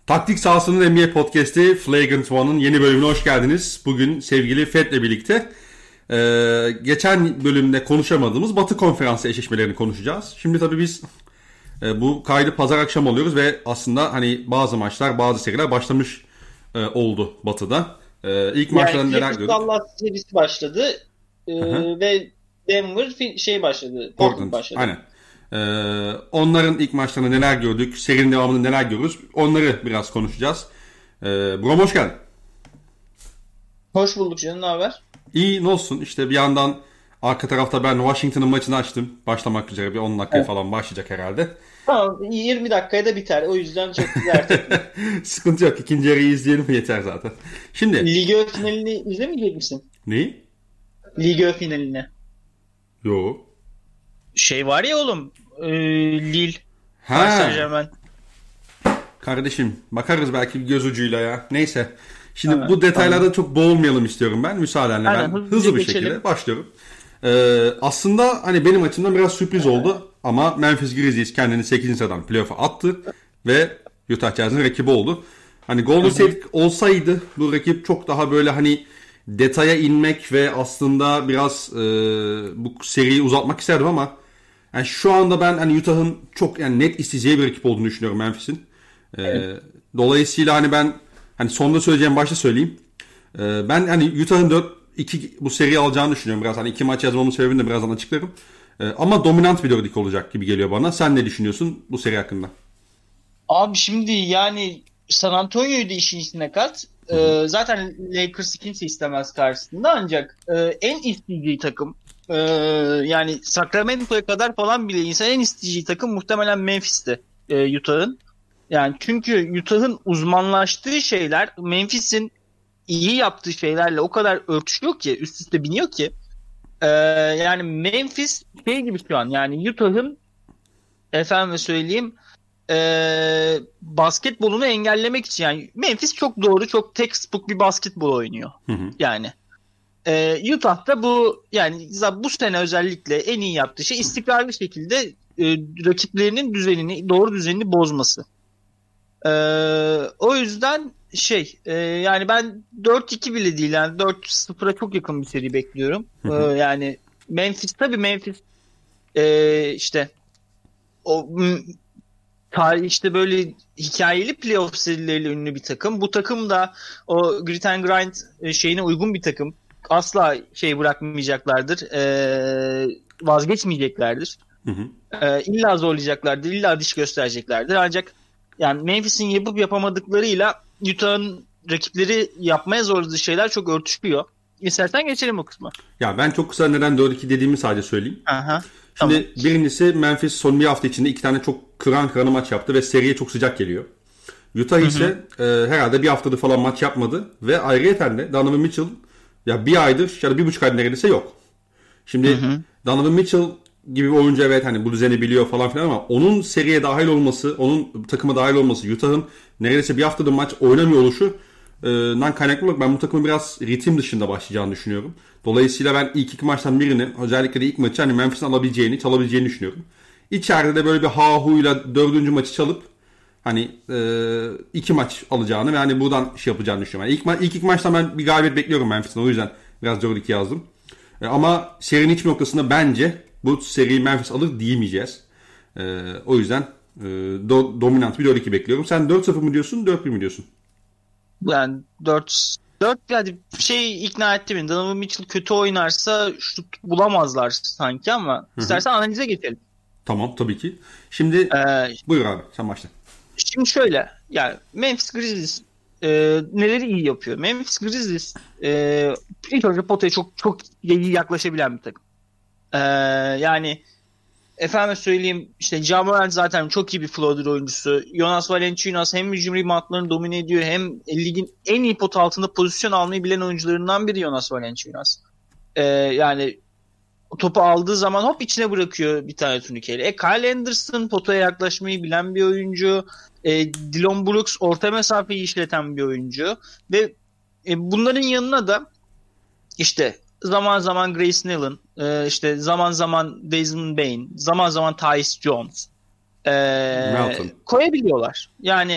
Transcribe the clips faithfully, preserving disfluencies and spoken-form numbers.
Taktik Sahası'nın N B A Podcast'i Flagrant One'ın yeni bölümüne hoş geldiniz. Bugün sevgili Fed'le birlikte e, geçen bölümde konuşamadığımız Batı Konferansı eşleşmelerini konuşacağız. Şimdi tabii biz e, bu kaydı pazar akşam alıyoruz ve aslında hani bazı maçlar, bazı seriler başlamış e, oldu Batı'da. E, ilk yani maçlardan neler gördük? Dallas serisi başladı e, ve Denver şey başladı, Portland başladı. Aynen. Ee, onların ilk maçlarında neler gördük, serinin devamında neler görürüz, onları biraz konuşacağız. Ee, Brom hoş geldin. Hoş bulduk canım, ne haber? İyi, ne olsun işte bir yandan arka tarafta ben Washington'ın maçını açtım. Başlamak üzere bir on dakika evet. falan başlayacak herhalde. Tamam, yirmi dakikaya da biter, o yüzden çok güzel. Sıkıntı yok, ikinci yarıyı izleyelim yeter zaten. Şimdi Lige finalini izlemeyecek misin? Neyi? Lige finalini. Yo. Şey var ya oğlum, e, Lille. Ha. Kardeşim bakarız belki göz ucuyla ya. Neyse. Şimdi evet, bu detaylarda tamam. çok boğulmayalım istiyorum ben. Müsaadenle ben hızlı, hızlı bir geçelim. şekilde başlıyorum. Ee, aslında hani benim açımdan biraz sürpriz oldu. Ama Memphis Grizzlies kendini sekizinci sıradan playoff'a attı. Ve Utah Jazz'ın rakibi oldu. Hani Golden State olsaydı bu rakip çok daha böyle hani detaya inmek ve aslında biraz e, bu seriyi uzatmak isterdim ama yani şu anda ben hani Utah'ın çok yani net isteyeceği bir rakip olduğunu düşünüyorum Memphis'in. Ee, evet. Dolayısıyla hani ben hani sonunda söyleyeceğim başta söyleyeyim. Ee, ben hani Utah'ın dört iki bu seriyi alacağını düşünüyorum biraz. Hani iki maç yazmamın sebebini de birazdan açıklarım. Ee, ama dominant bir dört iki olacak gibi geliyor bana. Sen ne düşünüyorsun bu seri hakkında? Abi şimdi yani San Antonio'yu da işin içine kat. Ee, zaten Lakers'ı kimse istemez karşısında, ancak e, en isteyeceği takım Ee, yani Sacramento'ya kadar falan bile insan en isteyeceği takım muhtemelen Memphis'ti e, Utah'ın. Yani çünkü Utah'ın uzmanlaştığı şeyler Memphis'in iyi yaptığı şeylerle o kadar örtüşüyor ki, üst üste biniyor ki. Ee, yani Memphis şey gibi şu an, yani Utah'ın efendim söyleyeyim e, basketbolunu engellemek için, yani Memphis çok doğru, çok textbook bir basketbol oynuyor. Hı hı. Yani Ee, Utah'da bu yani bu sene özellikle en iyi yaptığı şey istikrarlı şekilde e, rakiplerinin düzenini, doğru düzenini bozması. Ee, o yüzden şey e, yani ben dört iki bile değil, yani dört sıfıra çok yakın bir seri bekliyorum. Ee, yani Memphis tabii Memphis e, işte o tarih işte böyle hikayeli playoff serileriyle ünlü bir takım. Bu takım da o grit and grind şeyine uygun bir takım. Asla şey bırakmayacaklardır. Ee, vazgeçmeyeceklerdir. Hı hı. Ee, illa zorlayacaklardır. İlla diş göstereceklerdir. Ancak yani Memphis'in yapıp yapamadıklarıyla Utah'ın rakipleri yapmaya zorladığı şeyler çok örtüşüyor. İstersen geçelim o kısma. Ya ben çok kısa neden dört iki dediğimi sadece söyleyeyim. Aha, Şimdi tamam. Birincisi Memphis son bir hafta içinde iki tane çok kıran kıranı maç yaptı ve seriye çok sıcak geliyor. Utah ise hı hı. E, herhalde bir haftadır falan maç yapmadı ve ayrıyeten de Donovan Mitchell ya bir aydır ya da bir buçuk aydır neredeyse yok. Şimdi hı hı. Donovan Mitchell gibi bir oyuncu evet hani bu düzeni biliyor falan filan ama onun seriye dahil olması, onun takıma dahil olması, Utah'ın neredeyse bir haftadır maç oynamıyor oluşu dan kaynaklı olarak ben bu takımın biraz ritim dışında başlayacağını düşünüyorum. Dolayısıyla ben ilk iki maçtan birini, özellikle de ilk maçı hani Memphis'in alabileceğini, çalabileceğini düşünüyorum. İçeride de böyle bir ha-huyla dördüncü maçı çalıp hani e, iki maç alacağını ve hani buradan şey yapacağını düşünüyorum. Yani ilk, ma- ilk iki maçtan ben bir galibiyet bekliyorum Memphis'ten. O yüzden biraz dört iki yazdım. E, ama serinin hiçbir noktasında bence bu seriyi Memphis alır diyemeyeceğiz. E, o yüzden e, do- dominant bir dört iki bekliyorum. Sen dört sıfır mı diyorsun, dört bir mi diyorsun? Yani dört dört yani şey ikna etti beni. Donovan Mitchell kötü oynarsa şut bulamazlar sanki ama Hı-hı. istersen analize geçelim. Tamam tabii ki. Şimdi ee, buyur abi sen başla. Şimdi şöyle yani Memphis Grizzlies e, neleri iyi yapıyor? Memphis Grizzlies e, ilk önce potaya çok çok iyi yaklaşabilen bir takım. E, yani efendim söyleyeyim işte Ja Morant zaten çok iyi bir floater oyuncusu. Jonas Valanciunas hem hücum reboundlarını domine ediyor hem ligin en iyi pot altında pozisyon almayı bilen oyuncularından biri Jonas Valanciunas. Ee, yani topu aldığı zaman hop içine bırakıyor bir tane turnikeyle. E, Kyle Anderson potaya yaklaşmayı bilen bir oyuncu. E, Dillon Brooks orta mesafeyi işleten bir oyuncu. Ve e, bunların yanına da işte zaman zaman Grayson Allen, e, işte zaman zaman Desmond Bane, zaman zaman Tyus Jones e, koyabiliyorlar. Yani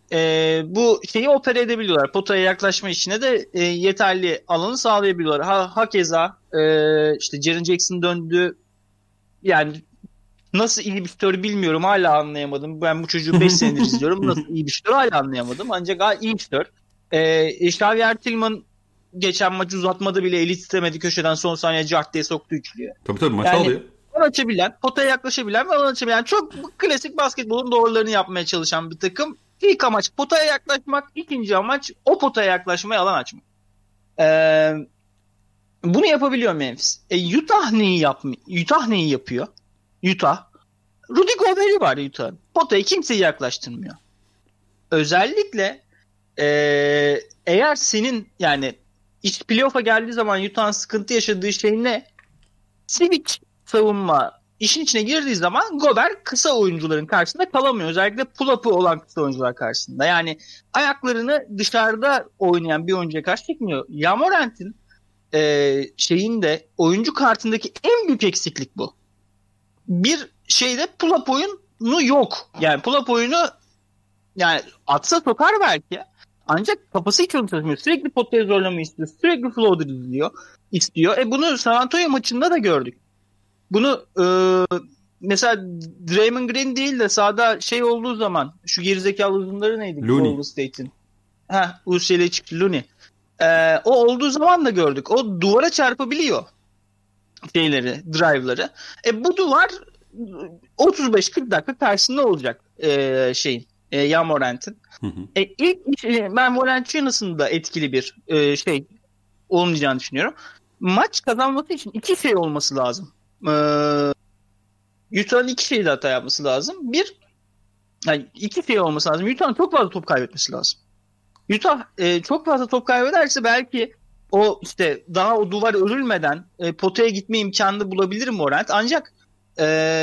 e, bu şeyi opere edebiliyorlar. Potaya yaklaşma işine de e, yeterli alanı sağlayabiliyorlar. Ha, hakeza e, işte Jaren Jackson döndü. Yani nasıl iyi bir şutör bilmiyorum. Hala anlayamadım. Ben bu çocuğu beş senedir izliyorum. Nasıl iyi bir şutör hala anlayamadım. Ancak gayet iyi bir şutör. E, Xavier Tillman geçen maçı uzatmada bile elit istemedi. Köşeden son saniye cart diye soktu üçlüye. Tabii tabii maç yani, alıyor. Alan açabilen, potaya yaklaşabilen ve alan açabilen, çok klasik basketbolun doğrularını yapmaya çalışan bir takım. İlk amaç potaya yaklaşmak, ikinci amaç o potaya yaklaşmaya alan açmak. Ee, bunu yapabiliyor Memphis. E, Utah neyi yapmıyor? Utah neyi yapıyor? Utah. Rudy Gobert'i var Utah'ın. Potaya kimseyi yaklaştırmıyor. Özellikle e, eğer senin yani iş playoff'a geldiği zaman Utah'ın sıkıntı yaşadığı şey ne? Switch savunma işin içine girdiği zaman Gobert kısa oyuncuların karşısında kalamıyor. Özellikle pull-up'ı olan kısa oyuncular karşısında. Yani ayaklarını dışarıda oynayan bir oyuncuya karşı çekmiyor. Ja Morant'in e, şeyinde oyuncu kartındaki en büyük eksiklik bu. Bir şeyde pull-up oyunu yok. Yani pull-up oyunu yani atsa sokar belki. Ancak kafası hiç onu çalışmıyor. Sürekli potaya zorlamayı istiyor. Sürekli floater izliyor, istiyor. E bunu San Antonio maçında da gördük. Bunu e, mesela Draymond Green değil de sahada şey olduğu zaman şu gerizekalı uzunları neydi? Looney. State'in. Ha, U C L çıktı Looney. E, o olduğu zaman da gördük. O duvara çarpabiliyor şeyleri, drive'ları. E bu duvar otuz beş kırk dakika karşısında olacak e, şeyin. E, Ja Morant'in. Hı hı. E, ilk ben Valanciunas'ın da etkili bir e, şey olmayacağını düşünüyorum. Maç kazanması için iki şey olması lazım. Ee, Utah'ın iki şeyde hata yapması lazım. Bir, yani iki şey olması lazım. Utah'ın çok fazla top kaybetmesi lazım. Utah e, çok fazla top kaybederse belki o işte daha o duvar örülmeden e, potaya gitme imkanını bulabilir Morant. Ancak e,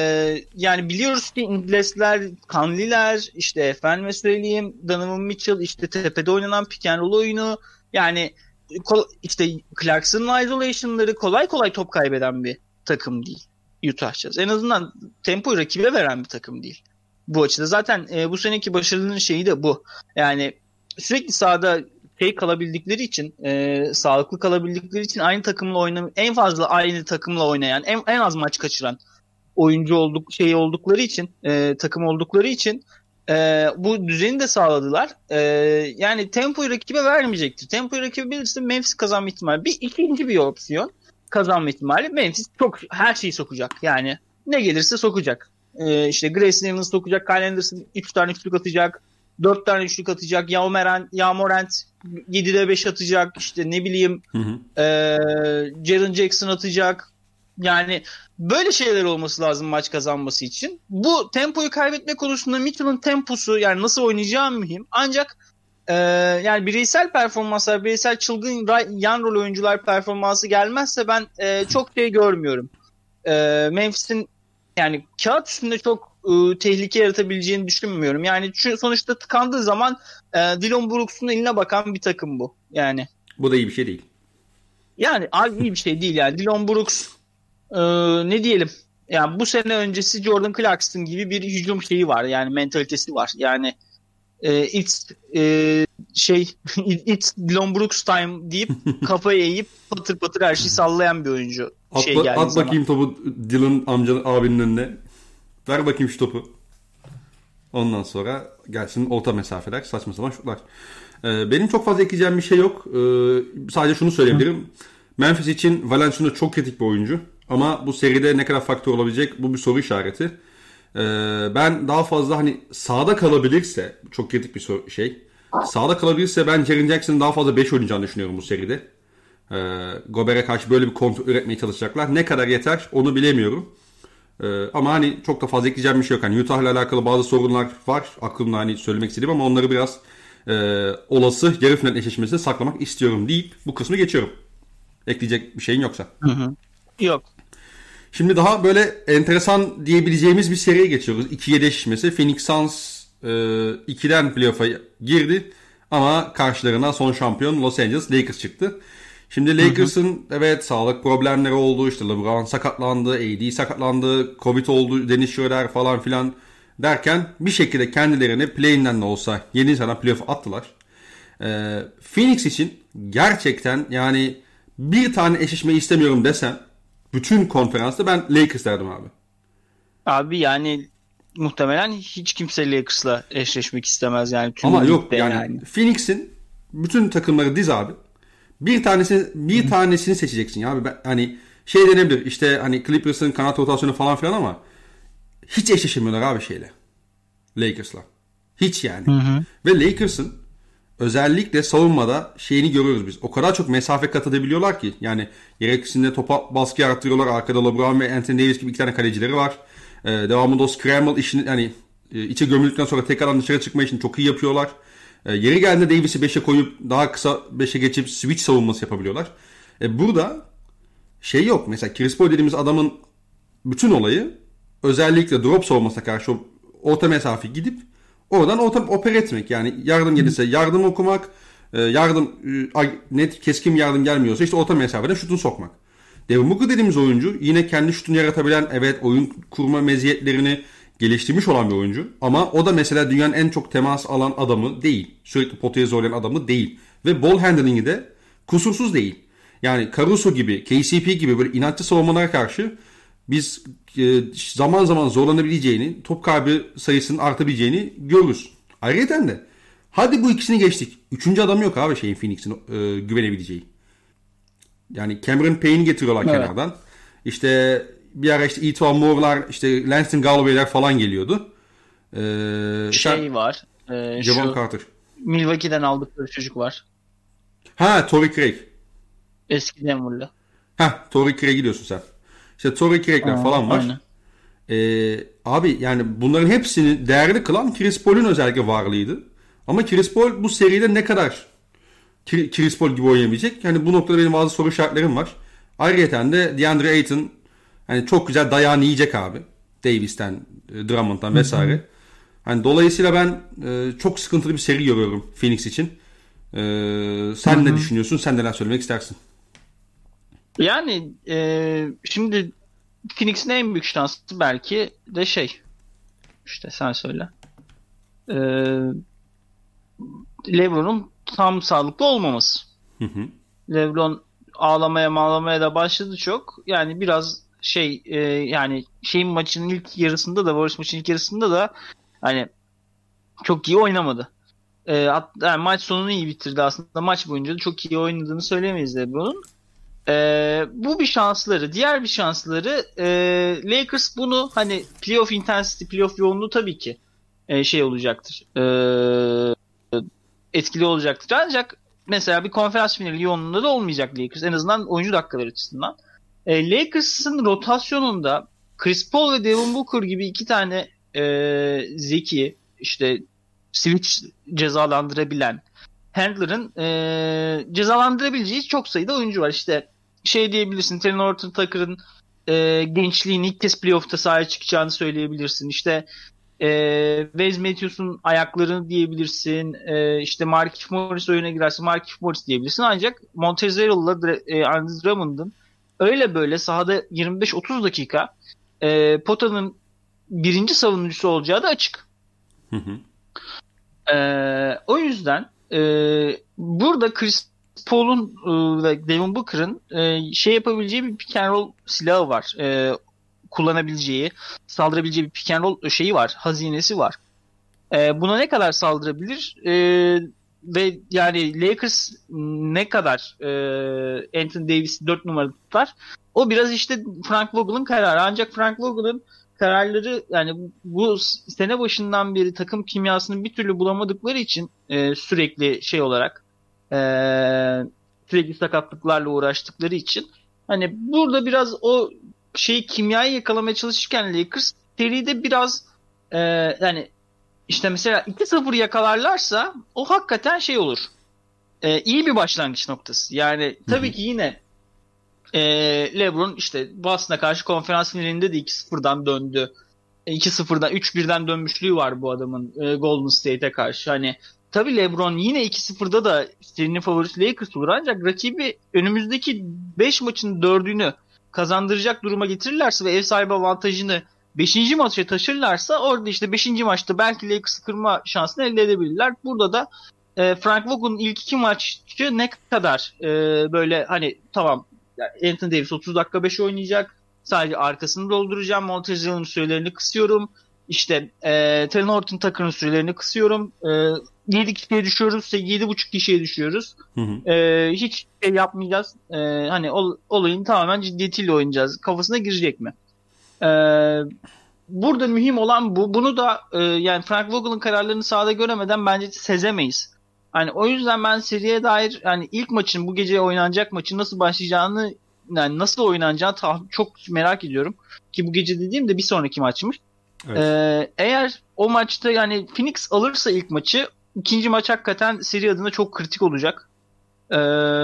yani biliyoruz ki İngilizler, Kanliler, işte efendime söyleyeyim Donovan Mitchell, işte tepede oynanan pick and roll oyunu, yani işte Clarkson'ın isolation'ları kolay kolay top kaybeden bir takım değil Utah Jazz. En azından tempoyu rakibe veren bir takım değil. Bu açıda zaten e, bu seneki başarının şeyi de bu. Yani sürekli sahada şey kalabildikleri için, e, sağlıklı kalabildikleri için aynı takımla oynam en fazla aynı takımla oynayan, en, en az maç kaçıran oyuncu olduk şey oldukları için, e, takım oldukları için e, bu düzeni de sağladılar. E, yani tempoyu rakibe vermeyecektir. Tempoyu rakibe bilirse Memphis kazanma ihtimali. Bir ikinci bir opsiyon kazanma ihtimali. Memphis çok her şeyi sokacak. Yani ne gelirse sokacak. E, işte Grayson Allen sokacak. Kyle Anderson üç tane üçlük atacak. dört tane üçlük atacak. Ja Morant, Ja Morant yedide beş atacak. İşte ne bileyim hı hı. E, Jaren Jackson atacak. Yani böyle şeyler olması lazım maç kazanması için. Bu tempoyu kaybetme konusunda Mitchell'ın temposu, yani nasıl oynayacağı mühim. Ancak e, yani bireysel performanslar, bireysel çılgın yan rol oyuncular performansı gelmezse ben e, çok şey görmüyorum. E, Memphis'in yani kağıt üstünde çok e, tehlike yaratabileceğini düşünmüyorum. Yani şu, sonuçta tıkandığı zaman e, Dillon Brooks'un eline bakan bir takım bu. Yani. Bu da iyi bir şey değil. Yani abi iyi bir şey değil yani. Dillon Brooks Ee, ne diyelim, yani bu sene öncesi Jordan Clarkson gibi bir hücum şeyi var, yani mentalitesi var. Yani e, it's e, şey it's Dillon Brooks time deyip kafayı eğip patır patır her şeyi sallayan bir oyuncu. At, şey at zaman. bakayım topu Dillon amcanın abinin önüne. Ver bakayım şu topu. Ondan sonra gelsin orta mesafeler, saçma sapan şutlar. Ee, benim çok fazla ekleyeceğim bir şey yok. Ee, sadece şunu söyleyebilirim. Hı. Memphis için Valanciunas çok kritik bir oyuncu. Ama bu seride ne kadar faktör olabilecek, bu bir soru işareti. Ee, ben daha fazla hani sahada kalabilirse, çok kritik bir şey. Sahada kalabilirse ben Jaren Jackson'ın daha fazla beş oynayacağını düşünüyorum bu seride. Ee, Gobert'e karşı böyle bir kontrol üretmeye çalışacaklar. Ne kadar yeter onu bilemiyorum. Ee, ama hani çok da fazla ekleyeceğim bir şey yok. Hani Utah'la alakalı bazı sorunlar var. Aklımda hani söylemek istediğim ama onları biraz e, olası yarı final eşleşmesine saklamak istiyorum deyip bu kısmı geçiyorum. Ekleyecek bir şeyin yoksa. Hı hı. Yok. Şimdi daha böyle enteresan diyebileceğimiz bir seriye geçiyoruz. iki yedi eşleşmesi. Phoenix Suns e, ikiden playoff'a girdi. Ama karşılarına son şampiyon Los Angeles Lakers çıktı. Şimdi Lakers'ın hı hı. evet sağlık problemleri oldu. İşte LeBron sakatlandı, A D sakatlandı, Covid oldu, Dennis Schroeder falan filan. Derken bir şekilde kendilerini play-in'den de olsa yedi sene playoff attılar. Ee, Phoenix için gerçekten yani bir tane eşleşmeyi istemiyorum desem bütün konferansta ben Lakers derdim abi. Abi yani muhtemelen hiç kimse Lakers'la eşleşmek istemez yani. Tüm Ama yok yani, yani Phoenix'in bütün takımları diz abi. Bir tanesini bir Hı. tanesini seçeceksin ya abi. Ben, hani şey denebilir işte hani Clippers'ın kanat rotasyonu falan filan ama hiç eşleşemiyorlar abi şeyle. Lakers'la. Hiç yani. Hı hı. Ve Lakers'ın özellikle savunmada şeyini görüyoruz biz. O kadar çok mesafe kat edebiliyorlar ki. Yani gereksince topa baskı yarattırıyorlar. Arkada LeBron ve Anthony Davis gibi iki tane kalecileri var. Ee, devamında o scramble işini yani e, içe gömüldükten sonra tekrardan dışarı çıkma işini çok iyi yapıyorlar. Ee, yeri geldiğinde Davis'i beşe koyup daha kısa beşe geçip switch savunması yapabiliyorlar. Ee, burada şey yok. Mesela Chris Paul dediğimiz adamın bütün olayı özellikle drop savunmasına karşı orta mesafe gidip oradan orta opera etmek. Yani yardım gelirse yardım okumak, yardım net keskin yardım gelmiyorsa işte orta mesafeden şutunu sokmak. Devin Booker dediğimiz oyuncu yine kendi şutunu yaratabilen, evet oyun kurma meziyetlerini geliştirmiş olan bir oyuncu. Ama o da mesela dünyanın en çok temas alan adamı değil. Sürekli potaya zorlayan adamı değil. Ve ball handling'i de kusursuz değil. Yani Caruso gibi, K C P gibi böyle inatçı savunmalara karşı biz e, zaman zaman zorlanabileceğini, top kaybı sayısının artabileceğini görürüz. Ayrıca de hadi bu ikisini geçtik. Üçüncü adam yok abi şeyin Phoenix'in e, güvenebileceği. Yani Cameron Payne'i getiriyorlar evet. kenardan. İşte bir ara işte Etuan Moore'lar, işte Langston Galloway'ler falan geliyordu. Ee, şey sen, var. E, Javon Carter. Milwaukee'den aldıkları çocuk var. Ha, Torrey Craig. Eski Denver'lı. Ha, Torrey Craig'i diyorsun sen. İşte Torrey Craig'ler falan var. Ee, abi yani bunların hepsini değerli kılan Chris Paul'un özellikle varlığıydı. Ama Chris Paul bu seride ne kadar Chris Paul gibi oynayabilecek? Yani bu noktada benim bazı soru işaretlerim var. Ayrıca de DeAndre Ayton hani çok güzel dayağını yiyecek abi. Davis'ten, Drummond'dan vesaire. Hani dolayısıyla ben e, çok sıkıntılı bir seri görüyorum Phoenix için. E, sen Hı-hı. ne düşünüyorsun? Sen neler söylemek istersin? Yani e, şimdi Phoenix'in en büyük şansı belki de şey. İşte sen söyle. E, LeBron'un tam sağlıklı olmaması. Hı hı. LeBron ağlamaya mağlamaya da başladı çok. Yani biraz şey e, yani şeyin maçının ilk yarısında da Warriors maçının ilk yarısında da hani çok iyi oynamadı. E, yani maç sonunu iyi bitirdi aslında. Maç boyunca da çok iyi oynadığını söyleyemeyiz LeBron'un. E, bu bir şansları. Diğer bir şansları e, Lakers bunu hani playoff intensity, playoff yoğunluğu tabii ki e, şey olacaktır. E, etkili olacaktır. Ancak mesela bir konferans finali yoğunluğunda da olmayacak Lakers. En azından oyuncu dakikaları açısından. E, Lakers'ın rotasyonunda Chris Paul ve Devin Booker gibi iki tane e, zeki, işte switch cezalandırabilen handler'ın e, cezalandırabileceği çok sayıda oyuncu var. İşte şey diyebilirsin, Talen Horton Tucker'ın e, gençliğini ilk kez playoff'ta sahaya çıkacağını söyleyebilirsin. İşte e, Wes Matthews'un ayaklarını diyebilirsin. E, işte Markieff Morris oyuna girerse Markieff Morris diyebilirsin. Ancak Montrezl Harrell'la e, Andre Drummond'un öyle böyle sahada yirmi beş otuz dakika e, potanın birinci savunucusu olacağı da açık. Hı hı. E, o yüzden e, burada Chris Paul'un e, ve Devin Booker'ın e, şey yapabileceği bir pick and roll silahı var. E, kullanabileceği, saldırabileceği bir pick and roll şeyi var, hazinesi var. E, buna ne kadar saldırabilir? E, ve yani Lakers ne kadar e, Anthony Davis'i dört numara tutar? O biraz işte Frank Vogel'ın kararı. Ancak Frank Vogel'ın kararları yani bu sene başından beri takım kimyasını bir türlü bulamadıkları için e, sürekli şey olarak e, sürekli sakatlıklarla uğraştıkları için hani burada biraz o şey kimyayı yakalamaya çalışırken Lakers seride biraz e, yani işte mesela iki sıfır yakalarlarsa o hakikaten şey olur. E, iyi bir başlangıç noktası. Yani tabii ki yine e, LeBron işte Boston'a karşı konferans finalinde de iki sıfırdan döndü. iki sıfırdan üç birden dönmüşlüğü var bu adamın e, Golden State'e karşı. Hani tabii LeBron yine iki sıfırda da serinin favorisi Lakers olur ancak rakibi önümüzdeki beş maçın dördünü kazandıracak duruma getirirlerse ve ev sahibi avantajını beşinci maça taşırlarsa orada işte beşinci maçta belki Lakers'ı kırma şansını elde edebilirler. Burada da e, Frank Vogel'ın ilk iki maçı ne kadar e, böyle hani tamam Anthony Davis otuz dakika beş oynayacak. Sadece arkasını dolduracağım. Montrezl'in sürelerini kısıyorum. İşte e, Talen Horton Tucker'ın sürelerini kısıyorum. E, yedi kişiye düşüyoruz. yedi buçuk kişiye düşüyoruz. Hı hı. E, hiç şey yapmayacağız. E, hani ol, olayın tamamen ciddiyetiyle oynayacağız. Kafasına girecek mi? E, burada mühim olan bu. Bunu da e, yani Frank Vogel'ın kararlarını sahada göremeden bence sezemeyiz. Hani o yüzden ben seriye dair yani ilk maçın bu gece oynanacak maçın nasıl başlayacağını yani nasıl oynanacağını ta- çok merak ediyorum. Ki bu gece dediğim de bir sonraki maçmış. Evet. Ee, eğer o maçta yani Phoenix alırsa ilk maçı ikinci maç hakikaten seri adına çok kritik olacak. Ee,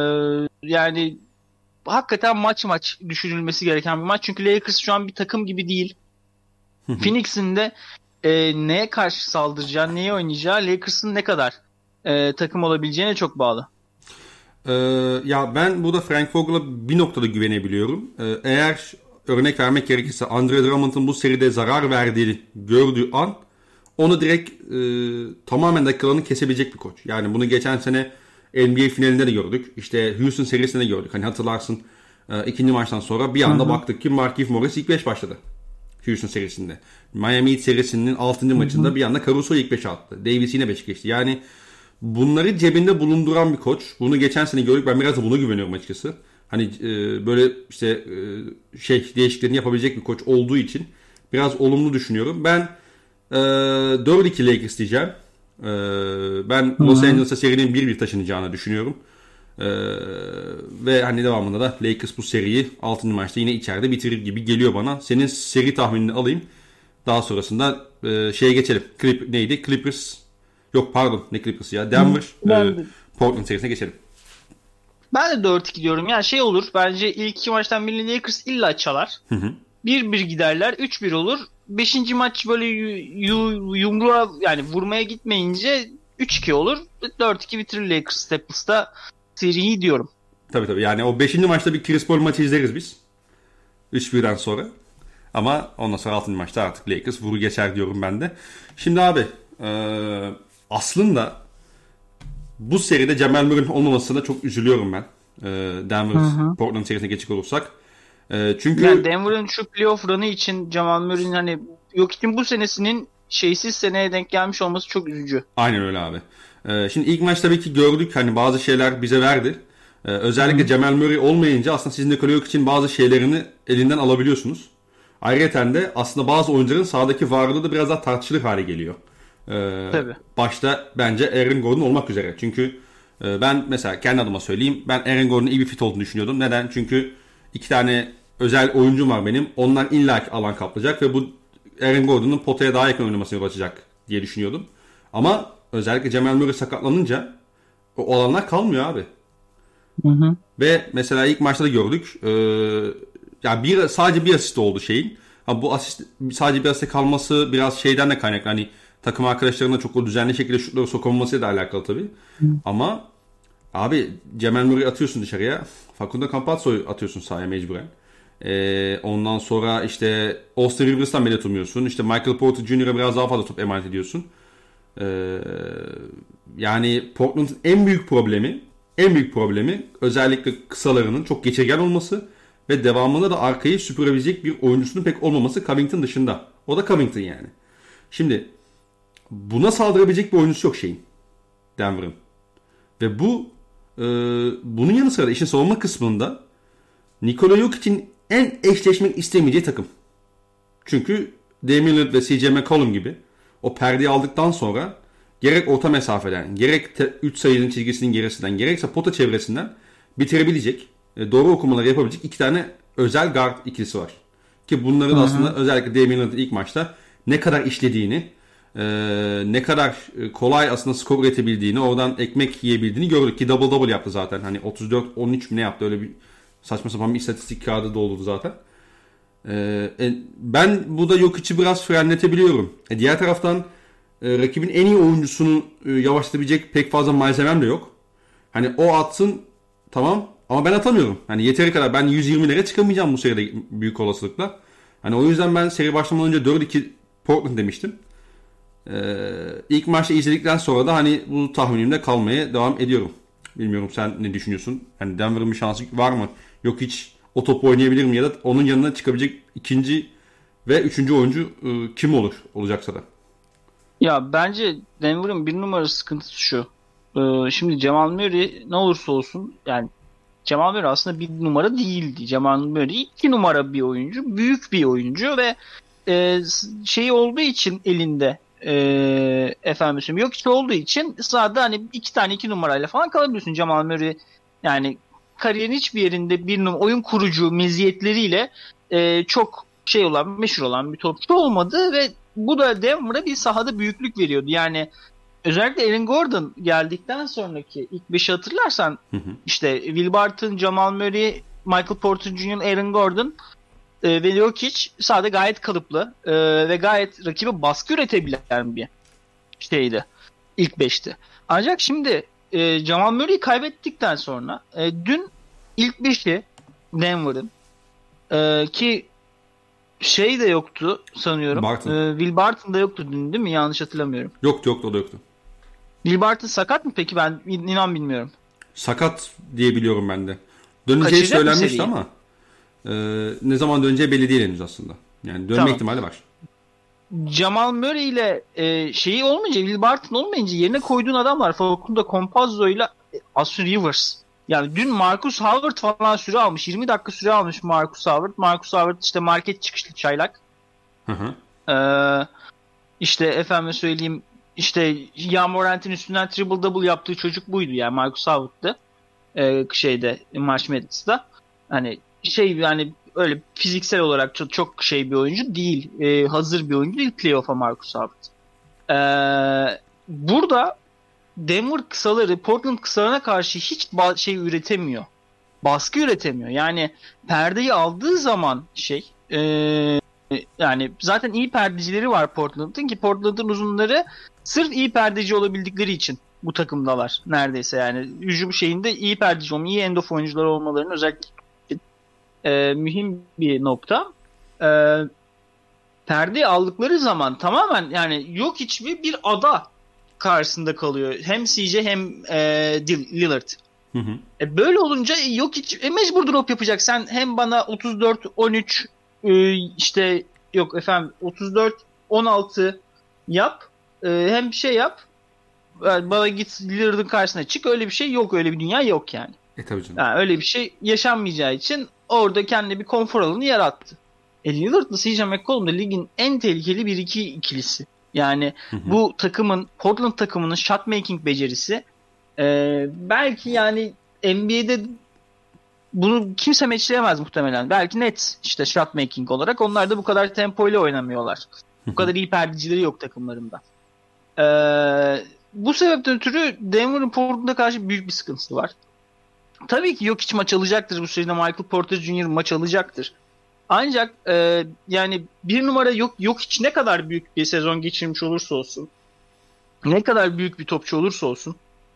yani hakikaten maç maç düşünülmesi gereken bir maç. Çünkü Lakers şu an bir takım gibi değil. Phoenix'in de e, neye karşı saldıracağı, neye oynayacağı Lakers'ın ne kadar e, takım olabileceğine çok bağlı. Ee, ya ben burada Frank Vogel'a bir noktada güvenebiliyorum. Ee, eğer örnek vermek gerekirse Andre Drummond'un bu seride zarar verdiğini gördüğü an onu direkt e, tamamen dakikalarını kesebilecek bir koç. Yani bunu geçen sene N B A finalinde de gördük. İşte Houston serisinde de gördük. Hani hatırlarsın e, ikinci maçtan sonra bir anda Hı-hı. baktık ki Markieff Morris ilk beş başladı. Houston serisinde. Miami Heat serisinin altıncı maçında bir anda Caruso ilk beş attı. Davis yine beş geçti. Yani bunları cebinde bulunduran bir koç. Bunu geçen sene gördük. Ben biraz da buna güveniyorum açıkçası. Hani e, böyle işte e, şey değişikliklerini yapabilecek bir koç olduğu için biraz olumlu düşünüyorum. Ben e, dört iki Lakers diyeceğim. E, ben Hı-hı. Los Angeles'a serinin bir bir taşınacağını düşünüyorum. E, ve hani devamında da Lakers bu seriyi altıncı maçta yine içeride bitirir gibi geliyor bana. Senin seri tahminini alayım. Daha sonrasında e, şeye geçelim. Clip, neydi? Clippers. Yok pardon ne Clippers ya. Denver. E, Portland serisine geçelim. Ben de dört iki diyorum. Yani şey olur. Bence ilk iki maçtan birini Lakers illa çalar. Hı hı. bir bir giderler. üç bir olur. beşinci maç böyle yu, yumruğa yani vurmaya gitmeyince üç iki olur. dört iki bitirir Lakers Staples'ta seriyi diyorum. Tabii tabii. Yani o beşinci maçta bir Chris Paul maçı izleriz biz. üç birden sonra. Ama ondan sonra altıncı maçta artık Lakers vuru geçer diyorum ben de. Şimdi abi ee, aslında bu seride Jamal Murray'in olmamasına çok üzülüyorum ben. Ee, Denver Portland serisine geçecek olursak. Ee, çünkü yani Denver'ın şu playoff run'ı için Jamal Murray'in hani Jokic'in bu senesinin şeysiz seneye denk gelmiş olması çok üzücü. Aynen öyle abi. Ee, şimdi ilk maç tabii ki gördük hani bazı şeyler bize verdi. Ee, özellikle Hı-hı. Jamal Murray olmayınca aslında sizin Nikola Jokic için bazı şeylerini elinden alabiliyorsunuz. Ayrıca de aslında bazı oyuncuların sahadaki varlığı da biraz daha tartışılır hale geliyor. Ee, Tabii. Başta bence Aaron Gordon olmak üzere. Çünkü e, ben mesela kendi adıma söyleyeyim. Ben Aaron Gordon'un iyi bir fit olduğunu düşünüyordum. Neden? Çünkü iki tane özel oyuncum var benim. Onlar illaki alan kaplayacak ve bu Aaron Gordon'un potaya daha yakın oynamasını yol açacak diye düşünüyordum. Ama özellikle Jamal Murray sakatlanınca o alanlar kalmıyor abi. Hı hı. Ve mesela ilk maçta da gördük. Ee, yani bir, sadece bir asist oldu şeyin. Ha, bu asist sadece bir asist kalması biraz şeyden de kaynaklı. Hani takım arkadaşlarına çok o düzenli şekilde şutları sokulmasıyla da alakalı tabii. Hı. Ama abi Jamal Murray atıyorsun dışarıya. Facundo Campazzo'yu atıyorsun sahaya mecburen. Ee, ondan sonra işte Austin Rivers'tan medet umuyorsun. İşte Michael Porter Junior'a biraz daha fazla top emanet ediyorsun. Ee, yani Portland'ın en büyük problemi en büyük problemi özellikle kısalarının çok geçirgen olması ve devamında da arkayı süpürebilecek bir oyuncusunun pek olmaması Covington dışında. O da Covington yani. Şimdi buna saldırabilecek bir oyuncusu yok şeyin. Denver'ın. Ve bu e, bunun yanı sıra işin savunma kısmında Nikola Jokic'in en eşleşmek istemeyeceği takım. Çünkü Damian Lillard ve C J McCollum gibi o perdeyi aldıktan sonra gerek orta mesafeden, gerek üç sayının çizgisinin gerisinden, gerekse pota çevresinden bitirebilecek, e, doğru okumaları yapabilecek iki tane özel guard ikilisi var. Ki bunların Hı-hı. aslında özellikle Damian Lillard'ın ilk maçta ne kadar işlediğini, e, ne kadar kolay aslında skor üretebildiğini, oradan ekmek yiyebildiğini gördük. Ki double double yaptı zaten. Hani otuz dört on üç mi ne yaptı, öyle bir saçma sapan bir istatistik kağıdı doldurdu zaten. E, ben bu da Jokic'i biraz frenletebiliyorum. E, diğer taraftan e, rakibin en iyi oyuncusunu e, yavaşlatabilecek pek fazla malzemem de yok. Hani o atsın tamam ama ben atamıyorum. Hani yeteri kadar ben yüz yirmilere çıkamayacağım bu seride büyük olasılıkla. Hani o yüzden ben seri başlamadan önce dört iki Portland demiştim. Ee, ilk maçta izledikten sonra da hani bu tahminimde kalmaya devam ediyorum. Bilmiyorum sen ne düşünüyorsun? Hani Denver'ın bir şansı var mı? Yok hiç o topu oynayabilir mi? Ya da onun yanına çıkabilecek ikinci ve üçüncü oyuncu e, kim olur olacaksa da? Ya bence Denver'ın bir numara sıkıntısı şu. Ee, şimdi Jamal Murray ne olursa olsun yani Jamal Murray aslında bir numara değildi. Jamal Murray iki numara bir oyuncu. Büyük bir oyuncu ve e, şey olduğu için elinde e, efendim söyleyeyim, yok işte olduğu için sahada hani iki tane iki numarayla falan kalabiliyorsun. Jamal Murray yani kariyerin hiçbir yerinde bir numara oyun kurucu meziyetleriyle e, çok şey olan, meşhur olan bir topçu olmadı ve bu da Denver'a bir sahada büyüklük veriyordu. Yani özellikle Aaron Gordon geldikten sonraki ilk beşi hatırlarsan Hı hı. işte Will Barton, Jamal Murray, Michael Porter Junior, Aaron Gordon e, ve Jokic sahada gayet kalıplı e, ve gayet rakibe baskı üretebilen bir şeydi. İlk beşti. Ancak şimdi e, Jamal Murray'i kaybettikten sonra e, dün ilk beşi Denver'ın e, ki şey de yoktu sanıyorum. Barton. E, Will Barton da yoktu dün değil mi? Yanlış hatırlamıyorum. Yoktu yoktu o da yoktu. Will Barton sakat mı peki? Ben inan bilmiyorum. Sakat diye biliyorum ben de. Döneceği Kaçacak mı söylenmişti seriyi? ama e, ne zaman döneceği belli değil henüz aslında. Yani dönme Tamam. ihtimali var. Jamal Murray ile e, şeyi olmayınca, Will Barton olmayınca yerine koyduğun adamlar Facundo Campazzo ile Austin Rivers. Yani dün Marcus Howard falan süre almış. yirmi dakika süre almış Marcus Howard. Marcus Howard işte market çıkışlı çaylak. Hı hı. Ee, işte efendim söyleyeyim işte Ja Morant'in üstünden triple double yaptığı çocuk buydu yani Marcus Howard'dı. Ee, şeyde March Madness'da. Hani şey yani öyle fiziksel olarak çok, çok şey bir oyuncu değil. Ee, hazır bir oyuncu değil playoff'a Marcus Howard. Ee, burada Denver kısaları Portland kısalarına karşı hiç ba- şey üretemiyor. Baskı üretemiyor. Yani perdeyi aldığı zaman şey e, yani zaten iyi perdecileri var Portland'ın ki Portland'ın uzunları sırf iyi perdeci olabildikleri için bu takımdalar neredeyse yani. Hücum şeyinde iyi perdeci olma, iyi end-off oyuncular olmalarının özellikle e, mühim bir nokta. E, perdeyi aldıkları zaman tamamen yani yok hiçbir bir ada karşısında kalıyor. Hem C J hem e, Lillard. Hı hı. E böyle olunca yok hiç e, mecbur drop yapacak. Sen hem bana otuz dört on üç e, işte yok efendim otuz dört on altı yap e, hem bir şey yap yani bana git Lillard'ın karşısına çık öyle bir şey yok öyle bir dünya yok yani. E tabii canım. Yani öyle bir şey yaşanmayacağı için orada kendine bir konfor alanı yarattı. E Lillard'la C J McCollum da ligin en tehlikeli bir iki ikilisi. Yani Hı hı. bu takımın Portland takımının shot making becerisi e, belki yani N B A'de bunu kimse matchleyemez muhtemelen. Belki net işte shot making olarak. Onlar da bu kadar tempoyla oynamıyorlar. Bu kadar iyi perdecileri yok takımlarında. Ee, bu sebepten ötürü Denver'ın Portland'a karşı büyük bir sıkıntısı var. Tabii ki yok hiç maç alacaktır. Bu seride Michael Porter Junior maç alacaktır. Ancak e, yani bir numara yok yok hiç ne kadar büyük bir sezon geçirmiş olursa olsun, ne kadar büyük bir topçu olursa olsun,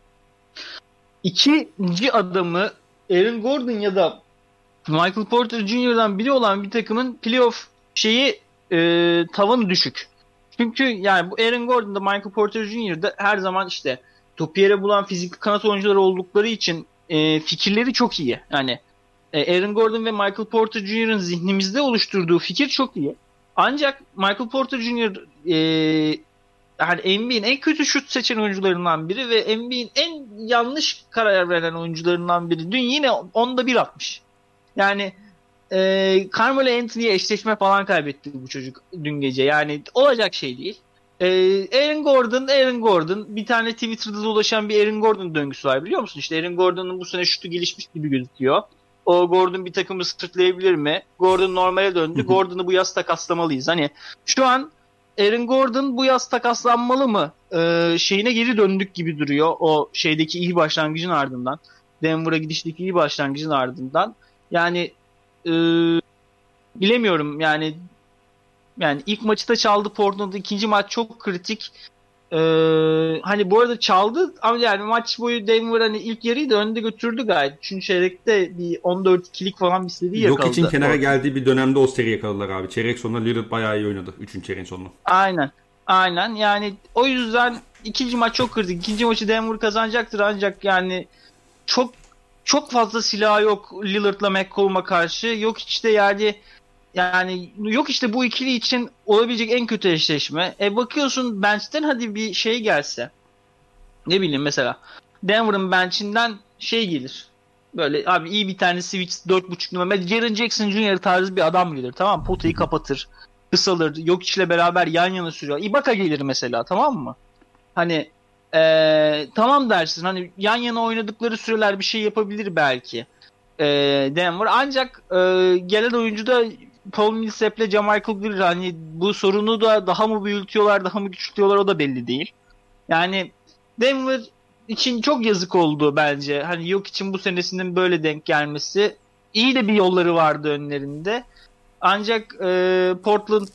ikinci adamı Aaron Gordon ya da Michael Porter Junior'dan biri olan bir takımın playoff şeyi e, tavanı düşük. Çünkü yani bu Aaron Gordon'da Michael Porter Junior'da her zaman işte topu yere bulan fizikli kanat oyuncuları oldukları için e, fikirleri çok iyi. Yani e, Aaron Gordon ve Michael Porter Junior'ın zihnimizde oluşturduğu fikir çok iyi. Ancak Michael Porter Junior e, yani N B A'in en kötü şut seçen oyuncularından biri ve N B A'in en yanlış karar veren oyuncularından biri. Dün yine onda bir atmış. Yani e, Carmelo Anthony'ye eşleşme falan kaybetti bu çocuk dün gece. Yani olacak şey değil. E, Aaron Gordon, Aaron Gordon bir tane Twitter'da dolaşan bir Aaron Gordon döngüsü var biliyor musun? İşte Aaron Gordon'un bu sene şutu gelişmiş gibi gözüküyor. O Gordon bir takımı sırtlayabilir mi? Gordon normale döndü. Gordon'u bu yaz takaslamalıyız. Hani şu an Aaron Gordon bu yaz takaslanmalı mı? Ee, şeyine geri döndük gibi duruyor. O şeydeki iyi başlangıcın ardından. Denver'a gidişteki iyi başlangıcın ardından. Yani e, bilemiyorum yani yani ilk maçı da çaldı Portland. İkinci maç çok kritik. Ee, hani bu arada çaldı ama yani maç boyu Denver hani ilk yarıyı da önde götürdü gayet. Üçüncü çeyrekte bir on dört ikilik falan bir seri yakaladı. Yok için kenara geldiği bir dönemde o seri yakaladılar abi. Çeyrek sonunda Lillard bayağı iyi oynadı. Üçüncü çeyreğin sonunda. Aynen. Aynen. Yani o yüzden ikinci maç çok kritik. İkinci maçı Denver kazanacaktır ancak yani çok çok fazla silah yok Lillard'la McCollum'a karşı. Yok işte yani yani yok işte bu ikili için olabilecek en kötü eşleşme. E bakıyorsun bench'ten hadi bir şey gelse. Ne bileyim mesela Denver'ın bench'inden şey gelir. Böyle abi iyi bir tane switch dört buçuk numara. Jaren Jackson Junior tarzı bir adam gelir. Tamam, potayı kapatır. Kısalır. Yok işle beraber yan yana sürüyor. Ibaka gelir mesela, tamam mı? Hani ee, tamam dersin. Hani yan yana oynadıkları süreler bir şey yapabilir belki. Ee, Denver. Ancak e, gelen oyuncu da Paul Millsap'le Jamichael Green. Hani bu sorunu da daha mı büyütüyorlar, daha mı küçültüyorlar o da belli değil. Yani Denver için çok yazık oldu bence. Hani yok için bu senesinin böyle denk gelmesi. İyi de bir yolları vardı önlerinde. Ancak e, Portland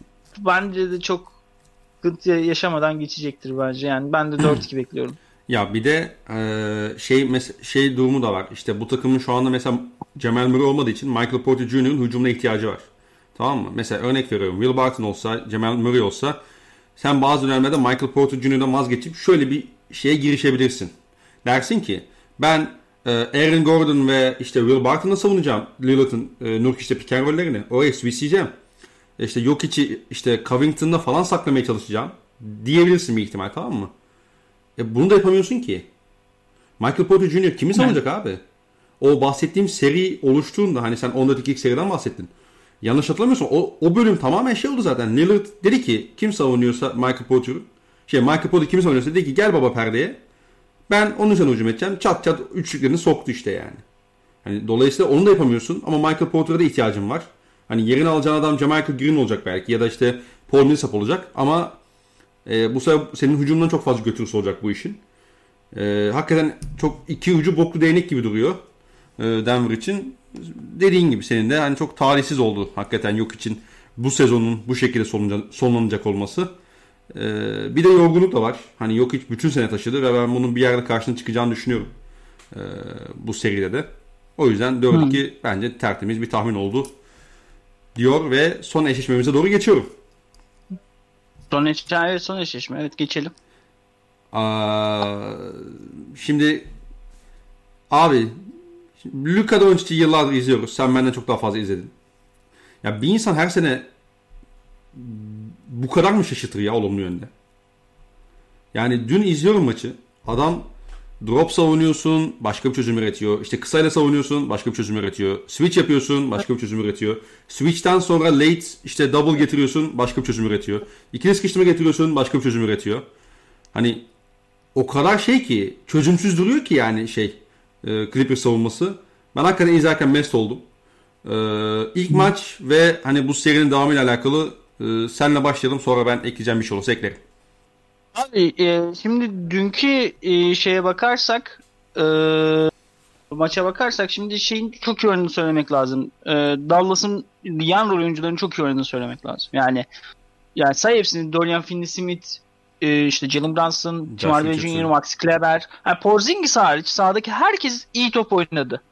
bence de çok sıkıntı yaşamadan geçecektir bence. Yani ben de dört iki bekliyorum. Ya bir de e, şey mes- şey durumu da var. İşte bu takımın şu anda mesela Jamal Murray olmadığı için Michael Porter Junior'ın hücumuna ihtiyacı var. Tamam mı? Mesela örnek veriyorum. Will Barton olsa, Jamal Murray olsa sen bazı dönemlerde Michael Porter Junior'dan vazgeçip şöyle bir şeye girişebilirsin. Dersin ki ben e, Aaron Gordon ve işte Will Barton'la savunacağım Lillard'ın e, Nurkic'te pick and roll'lerini. Oraya switchleyeceğim. İşte Jokic'i işte Covington'da falan saklamaya çalışacağım diyebilirsin bir ihtimal, tamam mı? E bunu da yapamıyorsun ki. Michael Porter Junior kimi savunacak abi? O bahsettiğim seri oluştuğunda hani sen on dört ikilik seriden bahsettin. Yanlış hatırlamıyorsun. O, o bölüm tamamen şey oldu zaten. Lillard dedi ki kim savunuyorsa Michael Porter şey Michael Porter kimi savunuyorsa dedi ki gel baba perdeye. Ben onun üzerine hücum edeceğim. Çat çat üçlüklerini soktu işte yani. Hani dolayısıyla onu da yapamıyorsun ama Michael Porter'a da ihtiyacın var. Hani yerini alacağın adam Jamichael Green olacak belki ya da işte Paul Millsap olacak ama e, bu sefer senin hücumdan çok fazla götürüsü olacak bu işin. E, hakikaten çok iki ucu boklu değnek gibi duruyor e, Denver için. Dediğin gibi senin de hani çok talihsiz oldu hakikaten yok için bu sezonun bu şekilde sonlanacak olması. E, bir de yorgunluk da var. Hani yok hiç bütün sene taşıdı ve ben bunun bir yerde karşına çıkacağını düşünüyorum. E, bu seride de. O yüzden dört iki hmm. bence tertemiz bir tahmin oldu diyor ve son eşleşmemize doğru geçiyorum. Son eşleşme, son eşleşme. Evet, geçelim. Aa, şimdi abi Luka Doncic'i yıllardır izliyoruz. Sen benden çok daha fazla izledin. Ya bir insan her sene bu kadar mı şaşırtır ya olumlu yönde? Yani dün izliyorum maçı. Adam drop savunuyorsun, başka bir çözüm üretiyor. İşte kısayla savunuyorsun, başka bir çözüm üretiyor. Switch yapıyorsun, başka bir çözüm üretiyor. Switch'ten sonra late işte double getiriyorsun, başka bir çözüm üretiyor. İkili sıkıştırma getiriyorsun, başka bir çözüm üretiyor. Hani o kadar şey ki, çözümsüz duruyor ki yani şey e, Clippers savunması. Ben hakikaten izlerken mest oldum. E, ilk maç ve hani bu serinin devamıyla alakalı e, senle başlayalım, sonra ben ekleyeceğim bir şey olursa eklerim. Abi e, şimdi dünkü e, şeye bakarsak e, maça bakarsak şimdi şeyin çok iyi oynadığını söylemek lazım. E, Dallas'ın yan rol oyuncularının çok iyi oynadığını söylemek lazım. Yani yani say hepsini. Dorian Finney-Smith, e, işte Jalen Brunson, Tim Hardaway Junior, Max Kleber. Yani Porzingis hariç sahadaki herkes iyi top oynadı.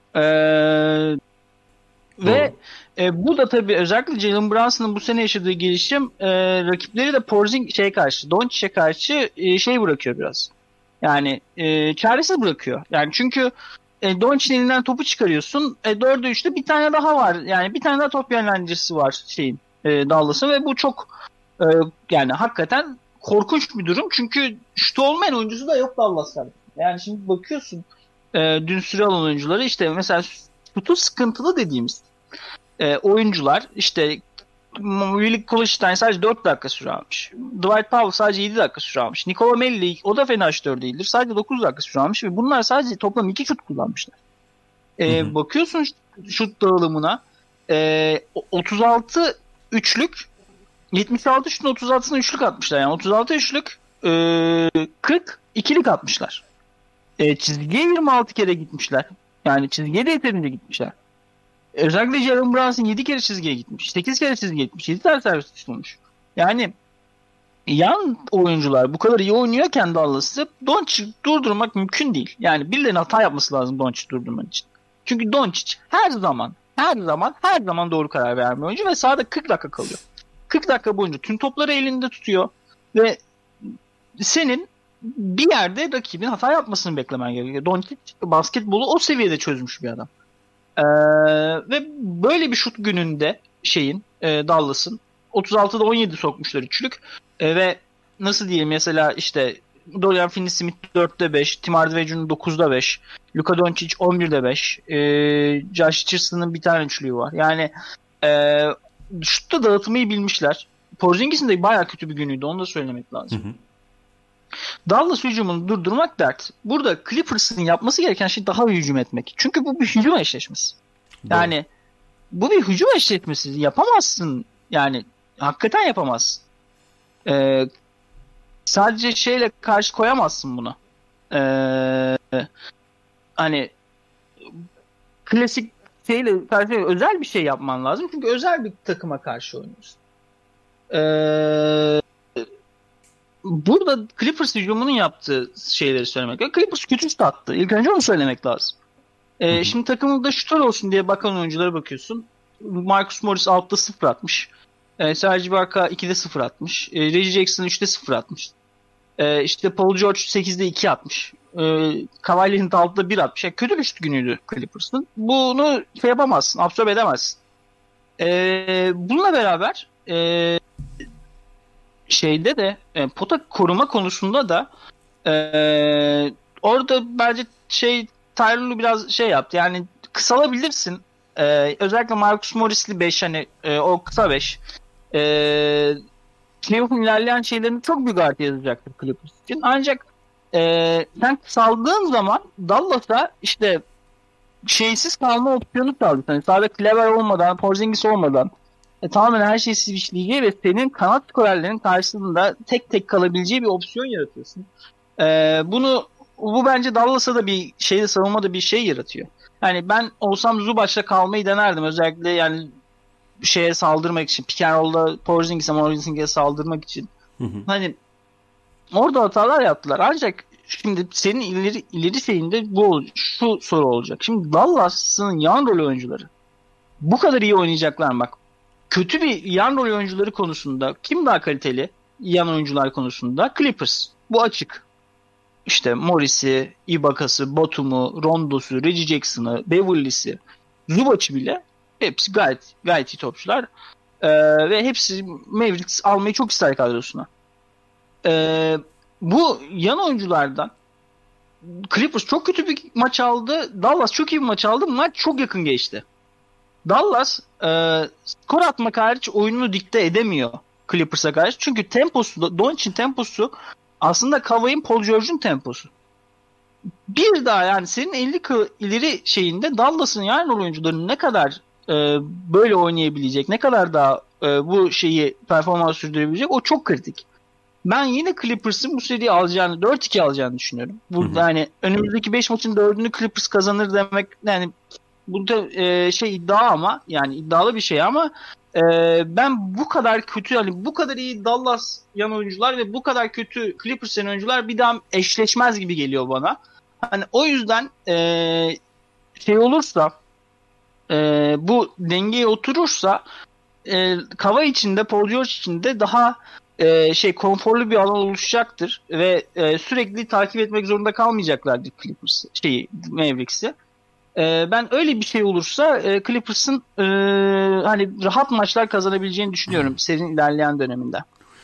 Eee Ve e, bu da tabii özellikle Jalen Brunson'ın bu sene yaşadığı gelişim e, rakipleri de Porzingis şeye karşı, Doncic'e karşı e, şey bırakıyor biraz. Yani e, çaresiz bırakıyor. Yani çünkü e, Doncic'in elinden topu çıkarıyorsun. E, dörde üçte bir tane daha var. Yani bir tane daha top yönlendiricisi var şeyin e, Dallas'ın ve bu çok e, yani hakikaten korkunç bir durum. Çünkü şutu olmayan oyuncusu da yok Dallas'ta. Yani şimdi bakıyorsun e, dün süre alan oyuncuları işte mesela şutu sıkıntılı dediğimiz E, oyuncular işte Willie Cauley-Stein sadece dört dakika süre almış. Dwight Powell sadece yedi dakika süre almış. Nikola Melli o da fena şutör değildir. Sadece dokuz dakika süre almış ve bunlar sadece toplam iki şut kullanmışlar. E, hı hı. Bakıyorsun şut dağılımına e, otuz altı üçlük yetmiş altı şutun otuz altısına üçlük atmışlar. Yani otuz altı üçlük e, kırk ikilik atmışlar. E, çizgiye yirmi altı kere gitmişler. Yani çizgiye de yeterince gitmişler. Özellikle Jalen Brunson yedi kere çizgiye gitmiş. sekiz kere çizgiye gitmiş. yedi tane servis tutulmuş. Yani yan oyuncular bu kadar iyi oynuyorken Dallas'ı Doncic durdurmak mümkün değil. Yani birilerinin hata yapması lazım Doncic durdurmak için. Çünkü Doncic her zaman her zaman her zaman doğru karar vermiyor oyuncu ve sahada kırk dakika kalıyor. kırk dakika boyunca tüm topları elinde tutuyor ve senin bir yerde rakibin hata yapmasını beklemen gerekiyor. Doncic basketbolu o seviyede çözmüş bir adam. Ee, ve böyle bir şut gününde şeyin e, Dallas'ın otuz altıda on yedi sokmuşlar üçlük e, ve nasıl diyeyim mesela işte Dorian Finney-Smith dörtte beş, Tim Hardaway dokuzda beş, Luka Doncic on birde beş, e, Josh Richardson'ın bir tane üçlüğü var. Yani e, şutta dağıtmayı bilmişler. Porzingis'in de bayağı kötü bir günüydü. Onu da söylemek lazım. Hı hı. Dallas hücumunu durdurmak dert. Burada Clippers'ın yapması gereken şey daha hücum etmek. Çünkü bu bir hücum eşleşmesi. Yani Doğru. bu bir hücum eşleşmesi. Yapamazsın. Yani hakikaten yapamazsın. Ee, sadece şeyle karşı koyamazsın buna. Ee, hani klasik şeyle karşı özel bir şey yapman lazım. Çünkü özel bir takıma karşı oynuyorsun. Eee Burada Clippers hücumunun yaptığı şeyleri söylemek lazım. Clippers kötü şut attı. İlk önce onu söylemek lazım. Ee, şimdi takımında şutör olsun diye bakan oyunculara bakıyorsun. Marcus Morris altıda sıfır atmış. Ee, Serge Ibaka ikide sıfır atmış. Ee, Reggie Jackson üçte sıfır atmış. Ee, işte Paul George sekizde iki atmış. Ee, Kawhi Leonard altıda bir atmış. Yani kötü bir şut günüydü Clippers'ın. Bunu şey yapamazsın. Absorbe edemezsin. Ee, bununla beraber eee şeyde de e, pota koruma konusunda da e, orada bence şey Tyler'lı biraz şey yaptı. Yani kısalabilirsin. E, özellikle Marcus Morris'li beş hani e, o kısa beş. E, playoff'un ilerleyen şeylerini çok büyük artı yazacaktır Clippers için. Ancak e, sen kısaldığın zaman Dallas'a işte şeysiz kalma opsiyonu sağlıyor. Yani sadece Kleber olmadan, Porzingis olmadan E, tamamen her şeyi switchleyeceği ve senin kanat skorerlerin karşısında tek tek kalabileceği bir opsiyon yaratıyorsun. E, bunu bu bence Dallas'a da bir şeyde savunmada bir şey yaratıyor. Yani ben olsam Zubac'la kalmayı denerdim. Özellikle yani şeye saldırmak için. Pick and roll'da Porzingis'e Porzingis'e saldırmak için. Hı hı. Hani orada hatalar yaptılar. Ancak şimdi senin ileri ileri şeyinde bu şu soru olacak. Şimdi Dallas'ın yan rol oyuncuları bu kadar iyi oynayacaklar mı? Bak kötü bir yan rol oyuncuları konusunda kim daha kaliteli yan oyuncular konusunda? Clippers. Bu açık. İşte Morris'i, Ibaka'sı, Batum'u, Rondo'su, Reggie Jackson'ı, Beverly'si, Zubac'ı bile hepsi gayet gayet iyi topçular. Ee, ve hepsi Mavericks almayı çok ister kadrosuna. Ee, bu yan oyunculardan Clippers çok kötü bir maç aldı. Dallas çok iyi bir maç aldı. Maç çok yakın geçti. Dallas e, skor atmak hariç oyununu dikte edemiyor Clippers'a karşı. Çünkü temposu, Doncic'in temposu aslında Kawhi'nin Paul George'un temposu. Bir daha yani senin elli ileri şeyinde Dallas'ın yani oyuncuların ne kadar e, böyle oynayabilecek, ne kadar daha e, bu şeyi performans sürdürebilecek o çok kritik. Ben yine Clippers'ın bu seriyi alacağını, dört iki alacağını düşünüyorum. Burada yani önümüzdeki beş maçın dördünü Clippers kazanır demek yani burada e, şey iddia ama yani iddialı bir şey ama e, ben bu kadar kötü yani bu kadar iyi Dallas yan oyuncular ve bu kadar kötü Clippers yan oyuncular bir daha eşleşmez gibi geliyor bana. Hani o yüzden e, şey olursa e, bu dengeye oturursa e, Kawhi için de Paul George için de daha e, şey konforlu bir alan oluşacaktır ve e, sürekli takip etmek zorunda kalmayacaklardır Clippers şeyi Mavericks'i. Ben öyle bir şey olursa Clippers'ın e, hani rahat maçlar kazanabileceğini düşünüyorum serinin ilerleyen döneminde.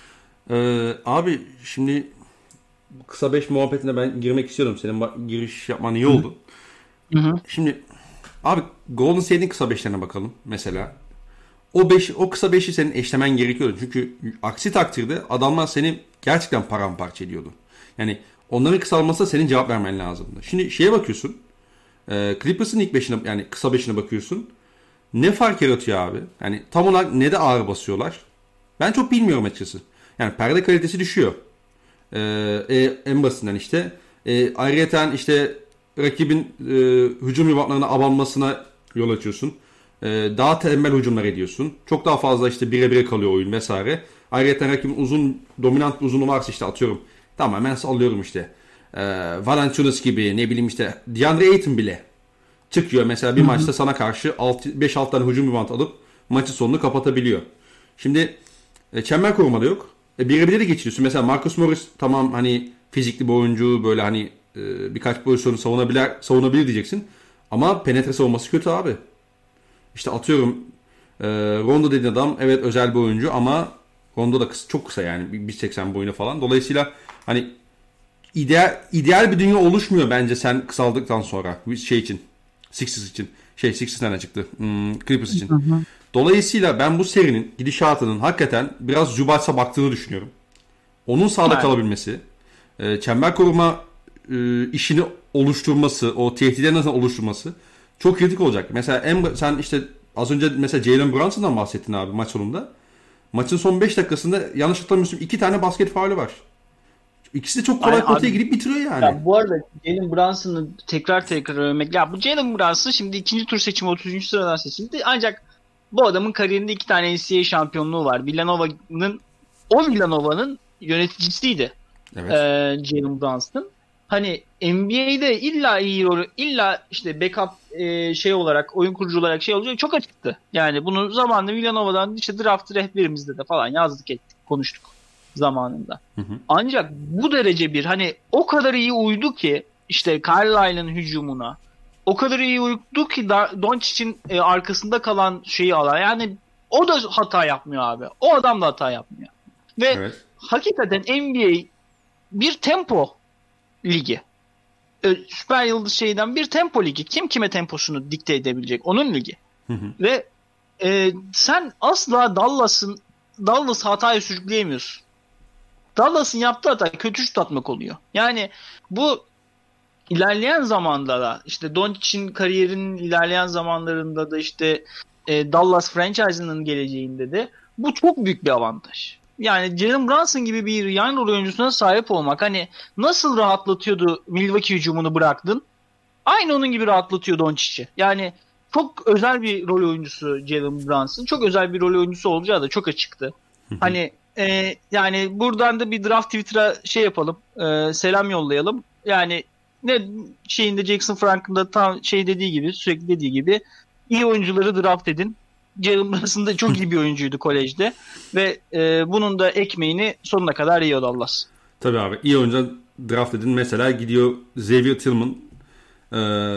Ee, abi şimdi kısa beş muhabbetine ben girmek istiyorum. Senin giriş yapman iyi oldu. Hı hı. Şimdi abi Golden State'in kısa beşlerine bakalım mesela. O beş o kısa beşi senin eşlemen gerekiyordu. Çünkü aksi takdirde adamlar seni gerçekten paramparça ediyordu. Yani onların kısalmasına senin cevap vermen lazımdı. Şimdi şeye bakıyorsun. E, Clippers'ın ilk beşine yani kısa beşine bakıyorsun. Ne fark yaratıyor abi? Yani tam olarak ne de ağır basıyorlar? Ben çok bilmiyorum açıkçası. Yani perde kalitesi düşüyor. E, e, en basitinden işte. E, ayrıyeten işte rakibin e, hücum ribaundlarına abanmasına yol açıyorsun. E, daha tembel hücumlar ediyorsun. Çok daha fazla işte bire bire kalıyor oyun vesaire. Ayrıca rakibin uzun, dominant bir uzunu varsa işte atıyorum. Tamamen sallıyorum işte. Ee, Valanciunas gibi ne bileyim işte DeAndre Ayton bile çıkıyor mesela bir Hı-hı. maçta sana karşı beş altı tane hücum rebound alıp maçın sonunu kapatabiliyor. Şimdi e, çember koruma da yok. E, birebir de geçiriyorsun. Mesela Marcus Morris tamam hani fizikli bir oyuncu böyle hani e, birkaç pozisyonu savunabilir, savunabilir diyeceksin. Ama penetre savunması kötü abi. İşte atıyorum e, Rondo dediğin adam evet özel bir oyuncu ama Rondo da kısa, çok kısa yani bir seksen boyunu falan. Dolayısıyla hani ideal ideal bir dünya oluşmuyor bence sen kısaldıktan sonra şey için. Sixers için. Şey Sixers nereden çıktı? Hmm, Clippers için. Hı hı. Dolayısıyla ben bu serinin gidişatının hakikaten biraz Zubac'a baktığını düşünüyorum. Onun sahada kalabilmesi, e, çember koruma e, işini oluşturması, o tehditleri nasıl oluşturması çok kritik olacak. Mesela en, sen işte az önce mesela Jalen Brunson'dan bahsettin abi maç sonunda. Maçın son beş dakikasında yanlış hatırlamıyorsam iki tane basket faulü var. İkisi de çok kolay potaya girip bitiriyor yani. Ya bu arada Jalen Brunson'ı tekrar tekrar övmek. Ya bu Jalen Brunson şimdi ikinci tur seçimi otuzuncu sıradan seçildi. Ancak bu adamın kariyerinde iki tane N C A A şampiyonluğu var. Villanova'nın o Villanova'nın yöneticisiydi. Evet. Ee, Jalen Brunson. Hani N B A'de illa iyi rol, illa işte backup e, şey olarak, oyun kurucu olarak şey olacak çok açıktı. Yani bunu zamanında Villanova'dan işte draft rehberimizde de falan yazdık ettik, konuştuk zamanında. Hı hı. Ancak bu derece bir hani o kadar iyi uydu ki işte Carlisle'ın hücumuna o kadar iyi uydu ki Doncic'in e, arkasında kalan şeyi alan. Yani o da hata yapmıyor abi. O adam da hata yapmıyor. Ve evet. Hakikaten N B A bir tempo ligi. E, Süper Yıldız şeyden bir tempo ligi. Kim kime temposunu dikte edebilecek? Onun ligi. Hı hı. Ve e, sen asla Dallas'ın Dallas hataya sürükleyemiyorsun. Dallas'ın yaptığı hata kötü şut atmak oluyor. Yani bu ilerleyen zamanda da işte Doncic'in kariyerinin ilerleyen zamanlarında da işte e, Dallas franchise'ının geleceğinde de bu çok büyük bir avantaj. Yani Jalen Brunson gibi bir yan rol oyuncusuna sahip olmak hani nasıl rahatlatıyordu Milwaukee hücumunu bıraktın? Aynı onun gibi rahatlatıyor Doncic'i. Yani çok özel bir rol oyuncusu Jalen Brunson. Çok özel bir rol oyuncusu olacağı da çok açıktı. Hani e, yani buradan da bir draft Twitter'a şey yapalım. E, selam yollayalım. Yani ne şeyinde Jackson Frank'ın da tam şey dediği gibi sürekli dediği gibi iyi oyuncuları draft edin. Jalen Brunson da çok iyi bir oyuncuydu kolejde ve e, bunun da ekmeğini sonuna kadar yiyor Dallas. Tabii abi iyi oyuncu draft edin. Mesela gidiyor Xavier Tillman e,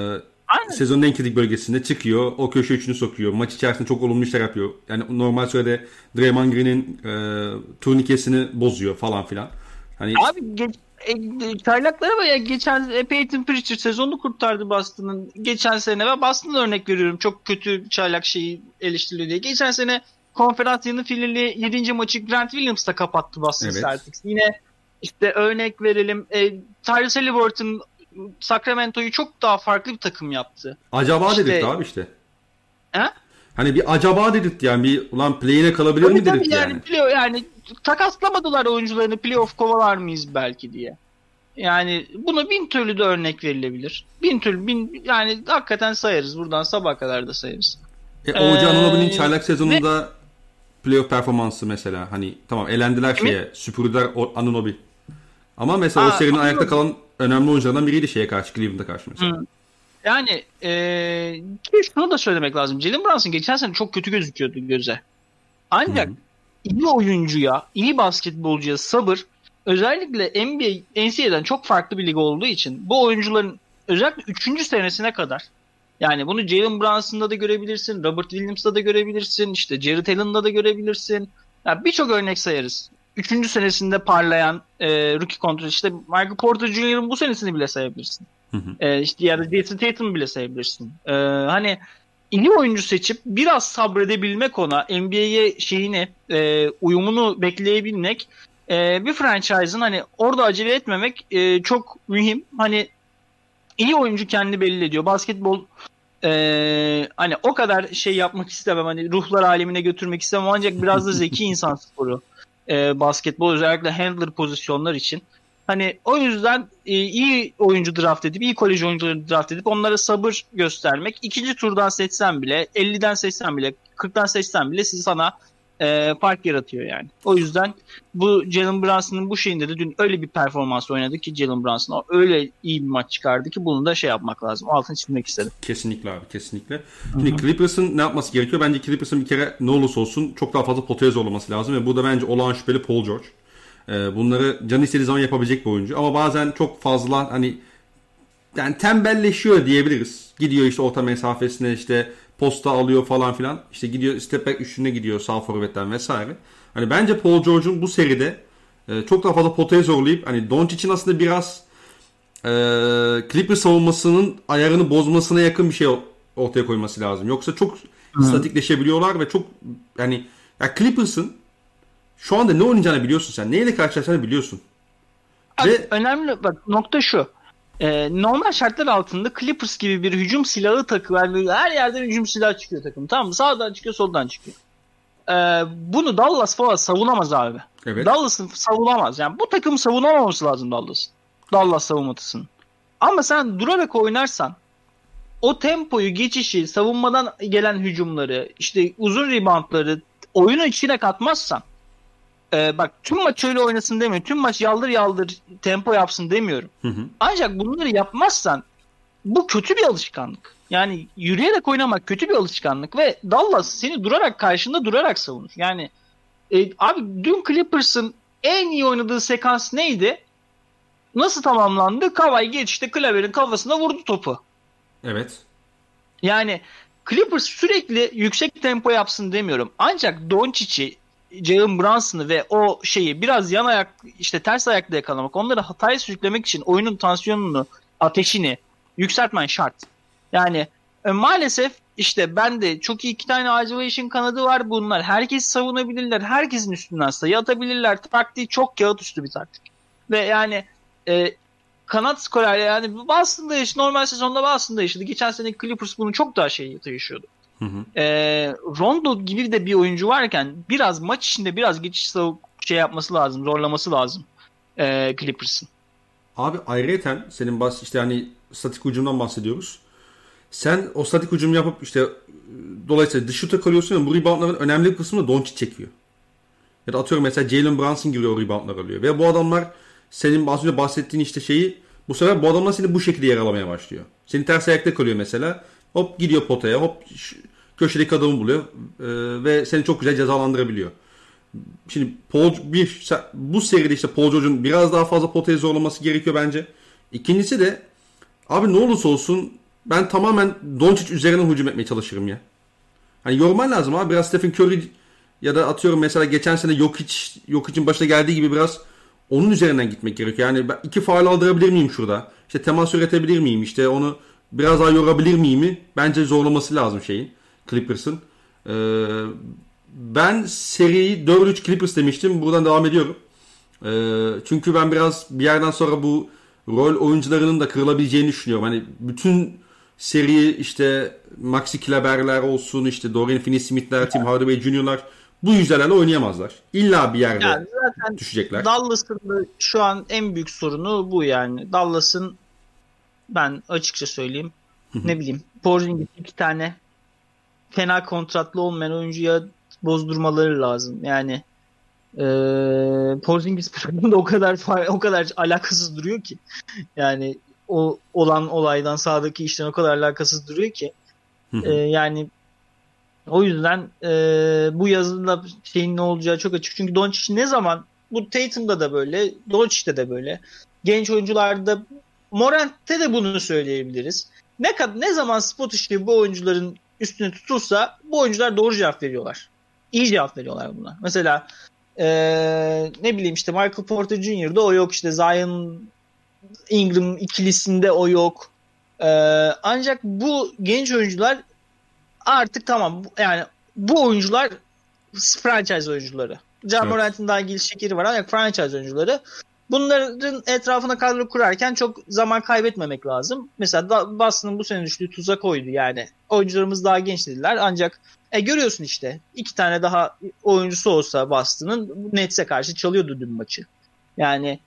sezonun en kritik bölgesinde çıkıyor. O köşe üçünü sokuyor. Maç içerisinde çok olumlu işler yapıyor. Yani normal sürede Draymond Green'in e, turnikesini bozuyor falan filan. Hani abi geç E, çaylaklara bak ya geçen e, Peyton Pritchard sezonu kurtardı Boston'ın geçen sene ve Boston'da örnek veriyorum çok kötü çaylak şeyi eleştiriliyor diye. Geçen sene konferans yanı finali yedinci maçı Grant Williams'la kapattı Boston evet. Celtics. Yine işte örnek verelim e, Tyrese Halliburton Sacramento'yu çok daha farklı bir takım yaptı. Acaba işte, dedik abi işte. He? Hani bir acaba dedik yani bir ulan play'ine kalabilir mi dedik yani. Yani, play, yani takaslamadılar oyuncularını playoff kovalar mıyız belki diye. Yani buna bin türlü de örnek verilebilir. Bin türlü bin yani hakikaten sayarız. Buradan sabaha kadar da sayarız. E, Oğuzcan ee, Anunoby'nin çaylak sezonunda ve, playoff performansı mesela hani tamam elendiler şeye mi? Süpürdüler Anunoby. Ama mesela Aa, o serinin Anunoby. Ayakta kalan önemli oyunculardan biriydi şeye karşı Cleveland'a karşı mesela. Hı. Yani ee, şunu da söylemek lazım. Jalen Brunson geçen sene çok kötü gözüküyordu göze. Ancak Hı. iyi oyuncuya, iyi basketbolcuya sabır özellikle N B A, N C A A'den çok farklı bir lig olduğu için bu oyuncuların özellikle üçüncü senesine kadar yani bunu Jalen Brunson'da da görebilirsin, Robert Williams'da da görebilirsin, işte Jarrett Allen'da da görebilirsin. Yani birçok örnek sayarız. Üçüncü senesinde parlayan e, rookie kontrat işte Michael Porter Junior'ın bu senesini bile sayabilirsin. Hı hı. E, işte ya da Jason Tatum'u bile sayabilirsin. E, hani iyi oyuncu seçip biraz sabredebilmek ona N B A'ye şeyini e, uyumunu bekleyebilmek e, bir franchise'ın hani orada acele etmemek e, çok mühim. Hani iyi oyuncu kendini belli ediyor. Basketbol e, hani o kadar şey yapmak istemem hani ruhlar alemine götürmek istemem ancak biraz da zeki insan sporu e, basketbol özellikle handler pozisyonlar için. Hani o yüzden e, iyi oyuncu draft edip, iyi kolej oyuncuları draft edip onlara sabır göstermek. İkinci turdan seçsen bile, elliden seçsen bile, kırktan seçsen bile siz sana e, fark yaratıyor yani. O yüzden bu Jalen Brunson'ın bu şeyinde de dün öyle bir performans oynadı ki Jalen Brunson öyle iyi bir maç çıkardı ki bunu da şey yapmak lazım. Altını çizmek istedim. Kesinlikle abi, kesinlikle. Şimdi Hı-hı. Clippers'ın ne yapması gerekiyor? Bence Clippers'ın bir kere ne olursa olsun çok daha fazla potaya zorlaması lazım ve burada bence olağan şüpheli Paul George. Ee, bunları canı istediği zaman yapabilecek bir oyuncu ama bazen çok fazla hani yani tembelleşiyor diyebiliriz. Gidiyor işte orta mesafesine işte posta alıyor falan filan. İşte gidiyor step back üçlüğüne gidiyor sağ forvetten vesaire. Hani bence Paul George'un bu seride e, çok daha fazla potaya zorlayıp hani Doncic'in aslında biraz e, Clippers savunmasının ayarını bozmasına yakın bir şey ortaya koyması lazım. Yoksa çok Hı-hı. statikleşebiliyorlar ve çok yani ya Clippers'ın şu anda ne oynayacağını biliyorsun sen. Neyle karşılaşacağını biliyorsun. Abi, ve önemli bak nokta şu. Ee, normal şartlar altında Clippers gibi bir hücum silahı takım, yani her yerden hücum silahı çıkıyor takım, tamam mı? Sağdan çıkıyor, soldan çıkıyor. Ee, bunu Dallas falan savunamaz abi. Evet. Dallas'ın savunamaz. Yani bu takım savunamaması lazım Dallas'ın. Dallas savunmasının. Ama sen durarak oynarsan o tempoyu, geçişi, savunmadan gelen hücumları, işte uzun reboundları oyunun içine katmazsan Ee, bak tüm maç öyle oynasın demiyorum. Tüm maç yaldır yaldır tempo yapsın demiyorum. Hı hı. Ancak bunları yapmazsan bu kötü bir alışkanlık. Yani yürüyerek oynamak kötü bir alışkanlık ve Dallas seni durarak karşında durarak savunur. Yani e, abi dün Clippers'ın en iyi oynadığı sekans neydi? Nasıl tamamlandı? Kawhi geçti, Klaver'in kafasına vurdu topu. Evet. Yani Clippers sürekli yüksek tempo yapsın demiyorum. Ancak Doncic'i, Jalen Brunson'ı ve o şeyi biraz yan ayak, işte ters ayakla yakalamak, onları hataya sürüklemek için oyunun tansiyonunu, ateşini yükseltmen şart. Yani e, maalesef işte ben de çok iyi iki tane isolation kanadı var bunlar. Herkes savunabilirler. Herkesin üstünden sayı atabilirler. Taktiği çok kağıt üstü bir taktik. Ve yani e, kanat skorer yani Boston'da yaşadı. Normal sezonda Boston'da yaşadı. Geçen sene Clippers bunu çok daha şey yaşıyordu. Hı hı. E, Rondo gibi de bir oyuncu varken biraz maç içinde biraz geçiş şey yapması lazım, zorlaması lazım e, Clippers'ın. Abi ayrıyeten senin bahs işte hani statik hücumdan bahsediyoruz. Sen o statik hücum yapıp işte dolayısıyla dış şuta kalıyorsun ama bu reboundların önemli bir kısmını Doncic çekiyor. Ya da atıyorum mesela Jalen Brunson gibi o reboundlar alıyor. Ve bu adamlar senin az önce bahsettiğin işte şeyi bu sefer bu adamlar seni bu şekilde yer alamaya başlıyor. Senin ters ayakta kalıyor mesela. Hop gidiyor potaya, hop köşedeki adamı buluyor ee, ve seni çok güzel cezalandırabiliyor. Şimdi Paul, bir, bu seride işte Paul George'un biraz daha fazla potaya zorlaması gerekiyor bence. İkincisi de abi ne olursa olsun ben tamamen Doncic üzerinden hücum etmeye çalışırım ya. Hani yorman lazım abi. Biraz Stephen Curry ya da atıyorum mesela geçen sene Jokic, Jokic'in başına geldiği gibi biraz onun üzerinden gitmek gerekiyor. Yani ben iki faul aldırabilir miyim şurada? İşte temas üretebilir miyim? İşte onu biraz daha yorabilir miyim? Bence zorlaması lazım şeyin. Clippers'ın. Ee, ben seriyi dört üç Clippers demiştim. Buradan devam ediyorum. Ee, çünkü ben biraz bir yerden sonra bu rol oyuncularının da kırılabileceğini düşünüyorum. Hani bütün seriyi işte Maxi Kleber'ler olsun, işte Dorian Finney-Smith'ler, Tim Hardaway Junior'lar bu yüzdelerle oynayamazlar. İlla bir yerde yani zaten düşecekler. Dallas'ın da şu an en büyük sorunu bu yani. Dallas'ın ben açıkça söyleyeyim ne bileyim Porzingis iki tane fena kontratlı olmayan oyuncuya bozdurmaları lazım. Yani e, Porzingis da o kadar o kadar alakasız duruyor ki. Yani o olan olaydan sahadaki işten o kadar alakasız duruyor ki. e, yani o yüzden e, bu yazında şeyin ne olacağı çok açık. Çünkü Doncic ne zaman bu Tatum'da da böyle, Doncic'te de böyle. Genç oyuncularda Morant'te de bunu söyleyebiliriz. Ne kadar ne zaman spot işi bu oyuncuların üstüne tutulsa bu oyuncular doğru cevap veriyorlar. İyi cevap veriyorlar buna. Mesela ee, ne bileyim işte Michael Porter Junior'da o yok, işte Zion Ingram ikilisinde o yok. Ee, ancak bu genç oyuncular artık tamam yani bu oyuncular franchise oyuncuları. Ja Morant'in evet. Daha gil şekeri var ancak franchise oyuncuları. Bunların etrafına kadro kurarken çok zaman kaybetmemek lazım. Mesela Boston'ın bu sene düştüğü tuzak oydu yani. Oyuncularımız daha genç dediler ancak e, görüyorsun işte iki tane daha oyuncusu olsa Boston'ın Nets'e karşı çalıyordu dün maçı. Yani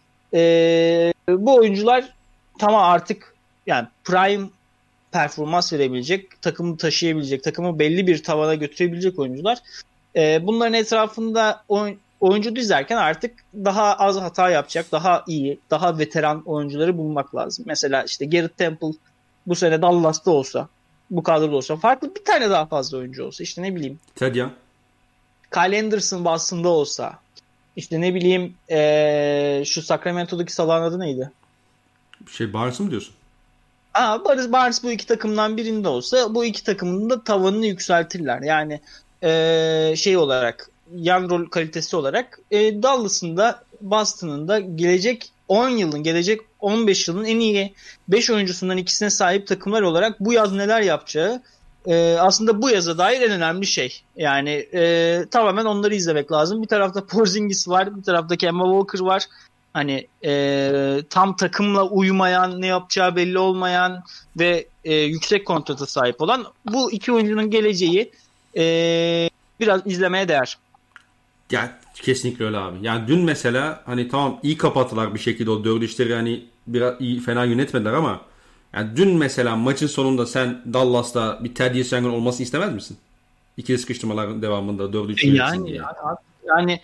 e, bu oyuncular tamam artık yani prime performans verebilecek, takımı taşıyabilecek, takımı belli bir tavana götürebilecek oyuncular. E, bunların etrafında oy, oyuncu dizerken artık daha az hata yapacak, daha iyi, daha veteran oyuncuları bulmak lazım. Mesela işte Garrett Temple bu sene Dallas'ta olsa, bu kadroda olsa, farklı bir tane daha fazla oyuncu olsa, işte ne bileyim. Ted Young. Kyle Anderson Boston'da olsa, işte ne bileyim ee, şu Sacramento'daki salağın adı neydi? Şey Barnes mı diyorsun? Aa, Barnes, Barnes bu iki takımdan birinde olsa bu iki takımın da tavanını yükseltirler. Yani ee, şey olarak, yan rol kalitesi olarak e, Dallas'ın da Boston'ın da gelecek on yılın, gelecek on beş yılın en iyi beş oyuncusundan ikisine sahip takımlar olarak bu yaz neler yapacağı e, aslında bu yaza dair en önemli şey. Yani e, tamamen onları izlemek lazım. Bir tarafta Porzingis var, bir tarafta Kemba Walker var. Hani e, tam takımla uyumayan, ne yapacağı belli olmayan ve e, yüksek kontrata sahip olan bu iki oyuncunun geleceği e, biraz izlemeye değer. Ya kesinlikle öyle abi. Yani dün mesela hani tamam iyi kapattılar bir şekilde o dördü işleri, hani biraz iyi, fena yönetmediler ama yani dün mesela maçın sonunda sen Dallas'ta bir Thaddeus Young'ın olmasını istemez misin? İkili sıkıştırmaların devamında dördü üç yönetsin Yani diye. yani yani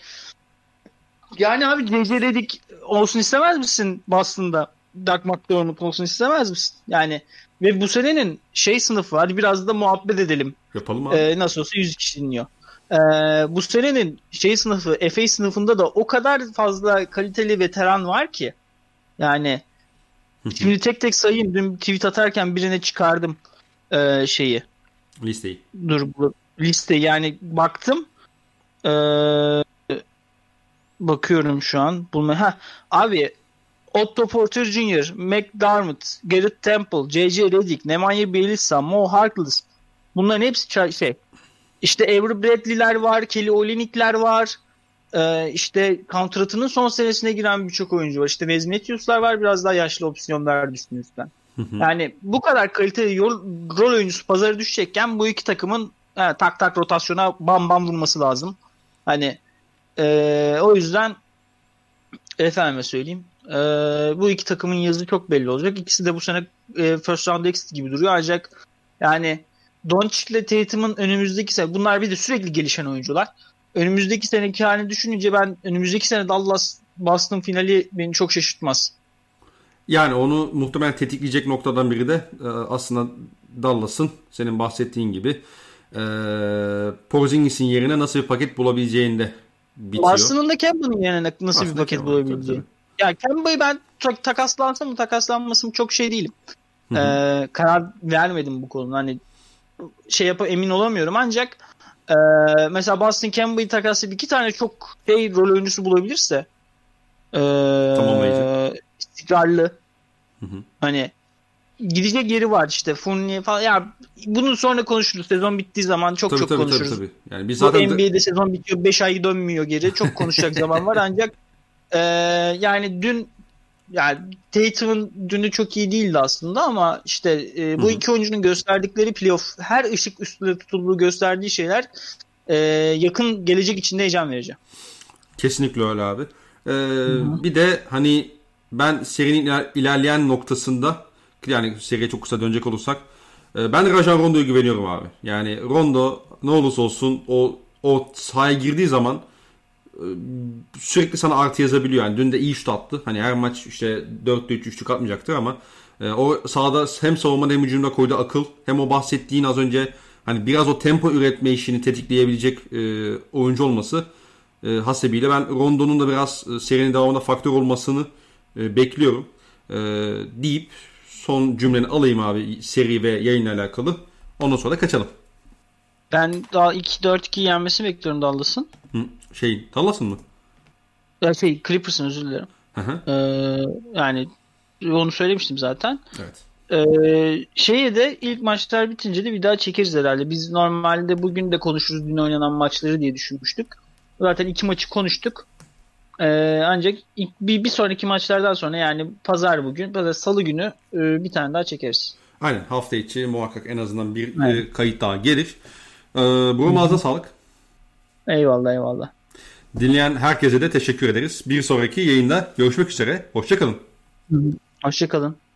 yani abi C C Redick olsun istemez misin Boston'da? Doug McDermott olsun istemez misin? Yani ve bu senenin şey sınıfı, hadi biraz da muhabbet edelim. Yapalım abi. Ee, nasıl olsa yüz kişi dinliyor. Ee, bu senenin şey sınıfı, F A sınıfında da o kadar fazla kaliteli veteran var ki. Yani şimdi tek tek sayayım. Dün tweet atarken birine çıkardım ee, şeyi. Listeyi. Dur bu liste, yani baktım. Ee, bakıyorum şu an. Bulma. Ha, abi Otto Porter Junior, McDermott, Garrett Temple, J J Redick, Nemanja Bjelica, Mo Harkless. Bunların hepsi şey. İşte Avery Bradley'ler var, Kelly Olynyk'ler var. Ee, işte kontratının son senesine giren birçok oyuncu var. İşte Wes Matthews'lar var, biraz daha yaşlı opsiyonlar düştü üstten. Yani bu kadar kaliteli yol, rol oyuncusu pazara düşecekken bu iki takımın he, tak tak rotasyona bam bam vurması lazım. Hani e, o yüzden efendime söyleyeyim, e, bu iki takımın yazı çok belli olacak. İkisi de bu sene e, first round exit gibi duruyor, ancak yani Doncic ile Tatum'un önümüzdeki sene, bunlar bir de sürekli gelişen oyuncular. Önümüzdeki seneki halini düşününce ben önümüzdeki sene Dallas Boston finali beni çok şaşırtmaz. Yani onu muhtemelen tetikleyecek noktadan biri de e, aslında Dallas'ın senin bahsettiğin gibi e, Porzingis'in yerine nasıl bir paket bulabileceğinde bitiyor. Boston'ın da Kemba'nın yerine nasıl Aslında bir paket Kemba, bulabileceği. Ya Kemba'yı ben çok takaslansa mı takaslanması mı çok şey değilim. Ee, karar vermedim bu konuda. Hani şey yap emin olamıyorum, ancak e, mesela Boston Kemba'yı takaslayıp iki tane çok şey rol oyuncusu bulabilirse e, Tamamlayıcı. istikrarlı, Hı hı. hani gidecek yeri var işte Fournier falan. Ya bunu sonra konuşuruz. Sezon bittiği zaman çok Tabii, çok tabii, konuşuruz. tabii, tabii. Yani biz Bu zaten N B A'de sezon bitiyor, beş ay dönmüyor geri. Çok konuşacak zaman var, ancak e, yani dün, yani Tatum'un dünü çok iyi değildi aslında ama işte e, bu Hı hı. iki oyuncunun gösterdikleri playoff, her ışık üstünde tutulduğu gösterdiği şeyler e, yakın gelecek içinde heyecan verici. Kesinlikle öyle abi. Ee, bir de hani ben serinin iler- ilerleyen noktasında, yani seriye çok kısa dönecek olursak, e, ben Rajon Rondo'ya güveniyorum abi. Yani Rondo ne olursa olsun o o sahaya girdiği zaman e, sürekli sana artı yazabiliyor. Yani dün de iyi şut attı. Hani her maç işte dörtte üç üçlük atmayacaktır ama e, o sahada hem savunma hem hücumda koyduğu akıl, hem o bahsettiğin az önce hani biraz o tempo üretme işini tetikleyebilecek e, oyuncu olması E, hasebiyle ben Rondo'nun da biraz e, serinin devamında faktör olmasını e, bekliyorum. E, deyip son cümleni alayım abi seri ve yayınla alakalı. Ondan sonra da kaçalım. Ben daha iki dört iki yenmesini bekliyorum Dallas'ın. Hı, şey Dallas'ın mı? Ya şey Clippers'ın, özür dilerim. Hı hı. Ee, yani onu söylemiştim zaten. Evet. Ee, şeye de ilk maçlar bitince de bir daha çekeriz herhalde. Biz normalde bugün de konuşuruz dün oynanan maçları diye düşünmüştük. Zaten iki maçı konuştuk. Ee, ancak ilk, bir, bir sonraki maçlardan sonra, yani pazar bugün, pazar salı günü e, bir tane daha çekeriz. Aynen, hafta içi muhakkak en azından bir Evet. e, kayıt daha gelir. E, Buna ağzına sağlık. Eyvallah eyvallah. Dinleyen herkese de teşekkür ederiz. Bir sonraki yayında görüşmek üzere. Hoşçakalın. Hoşçakalın.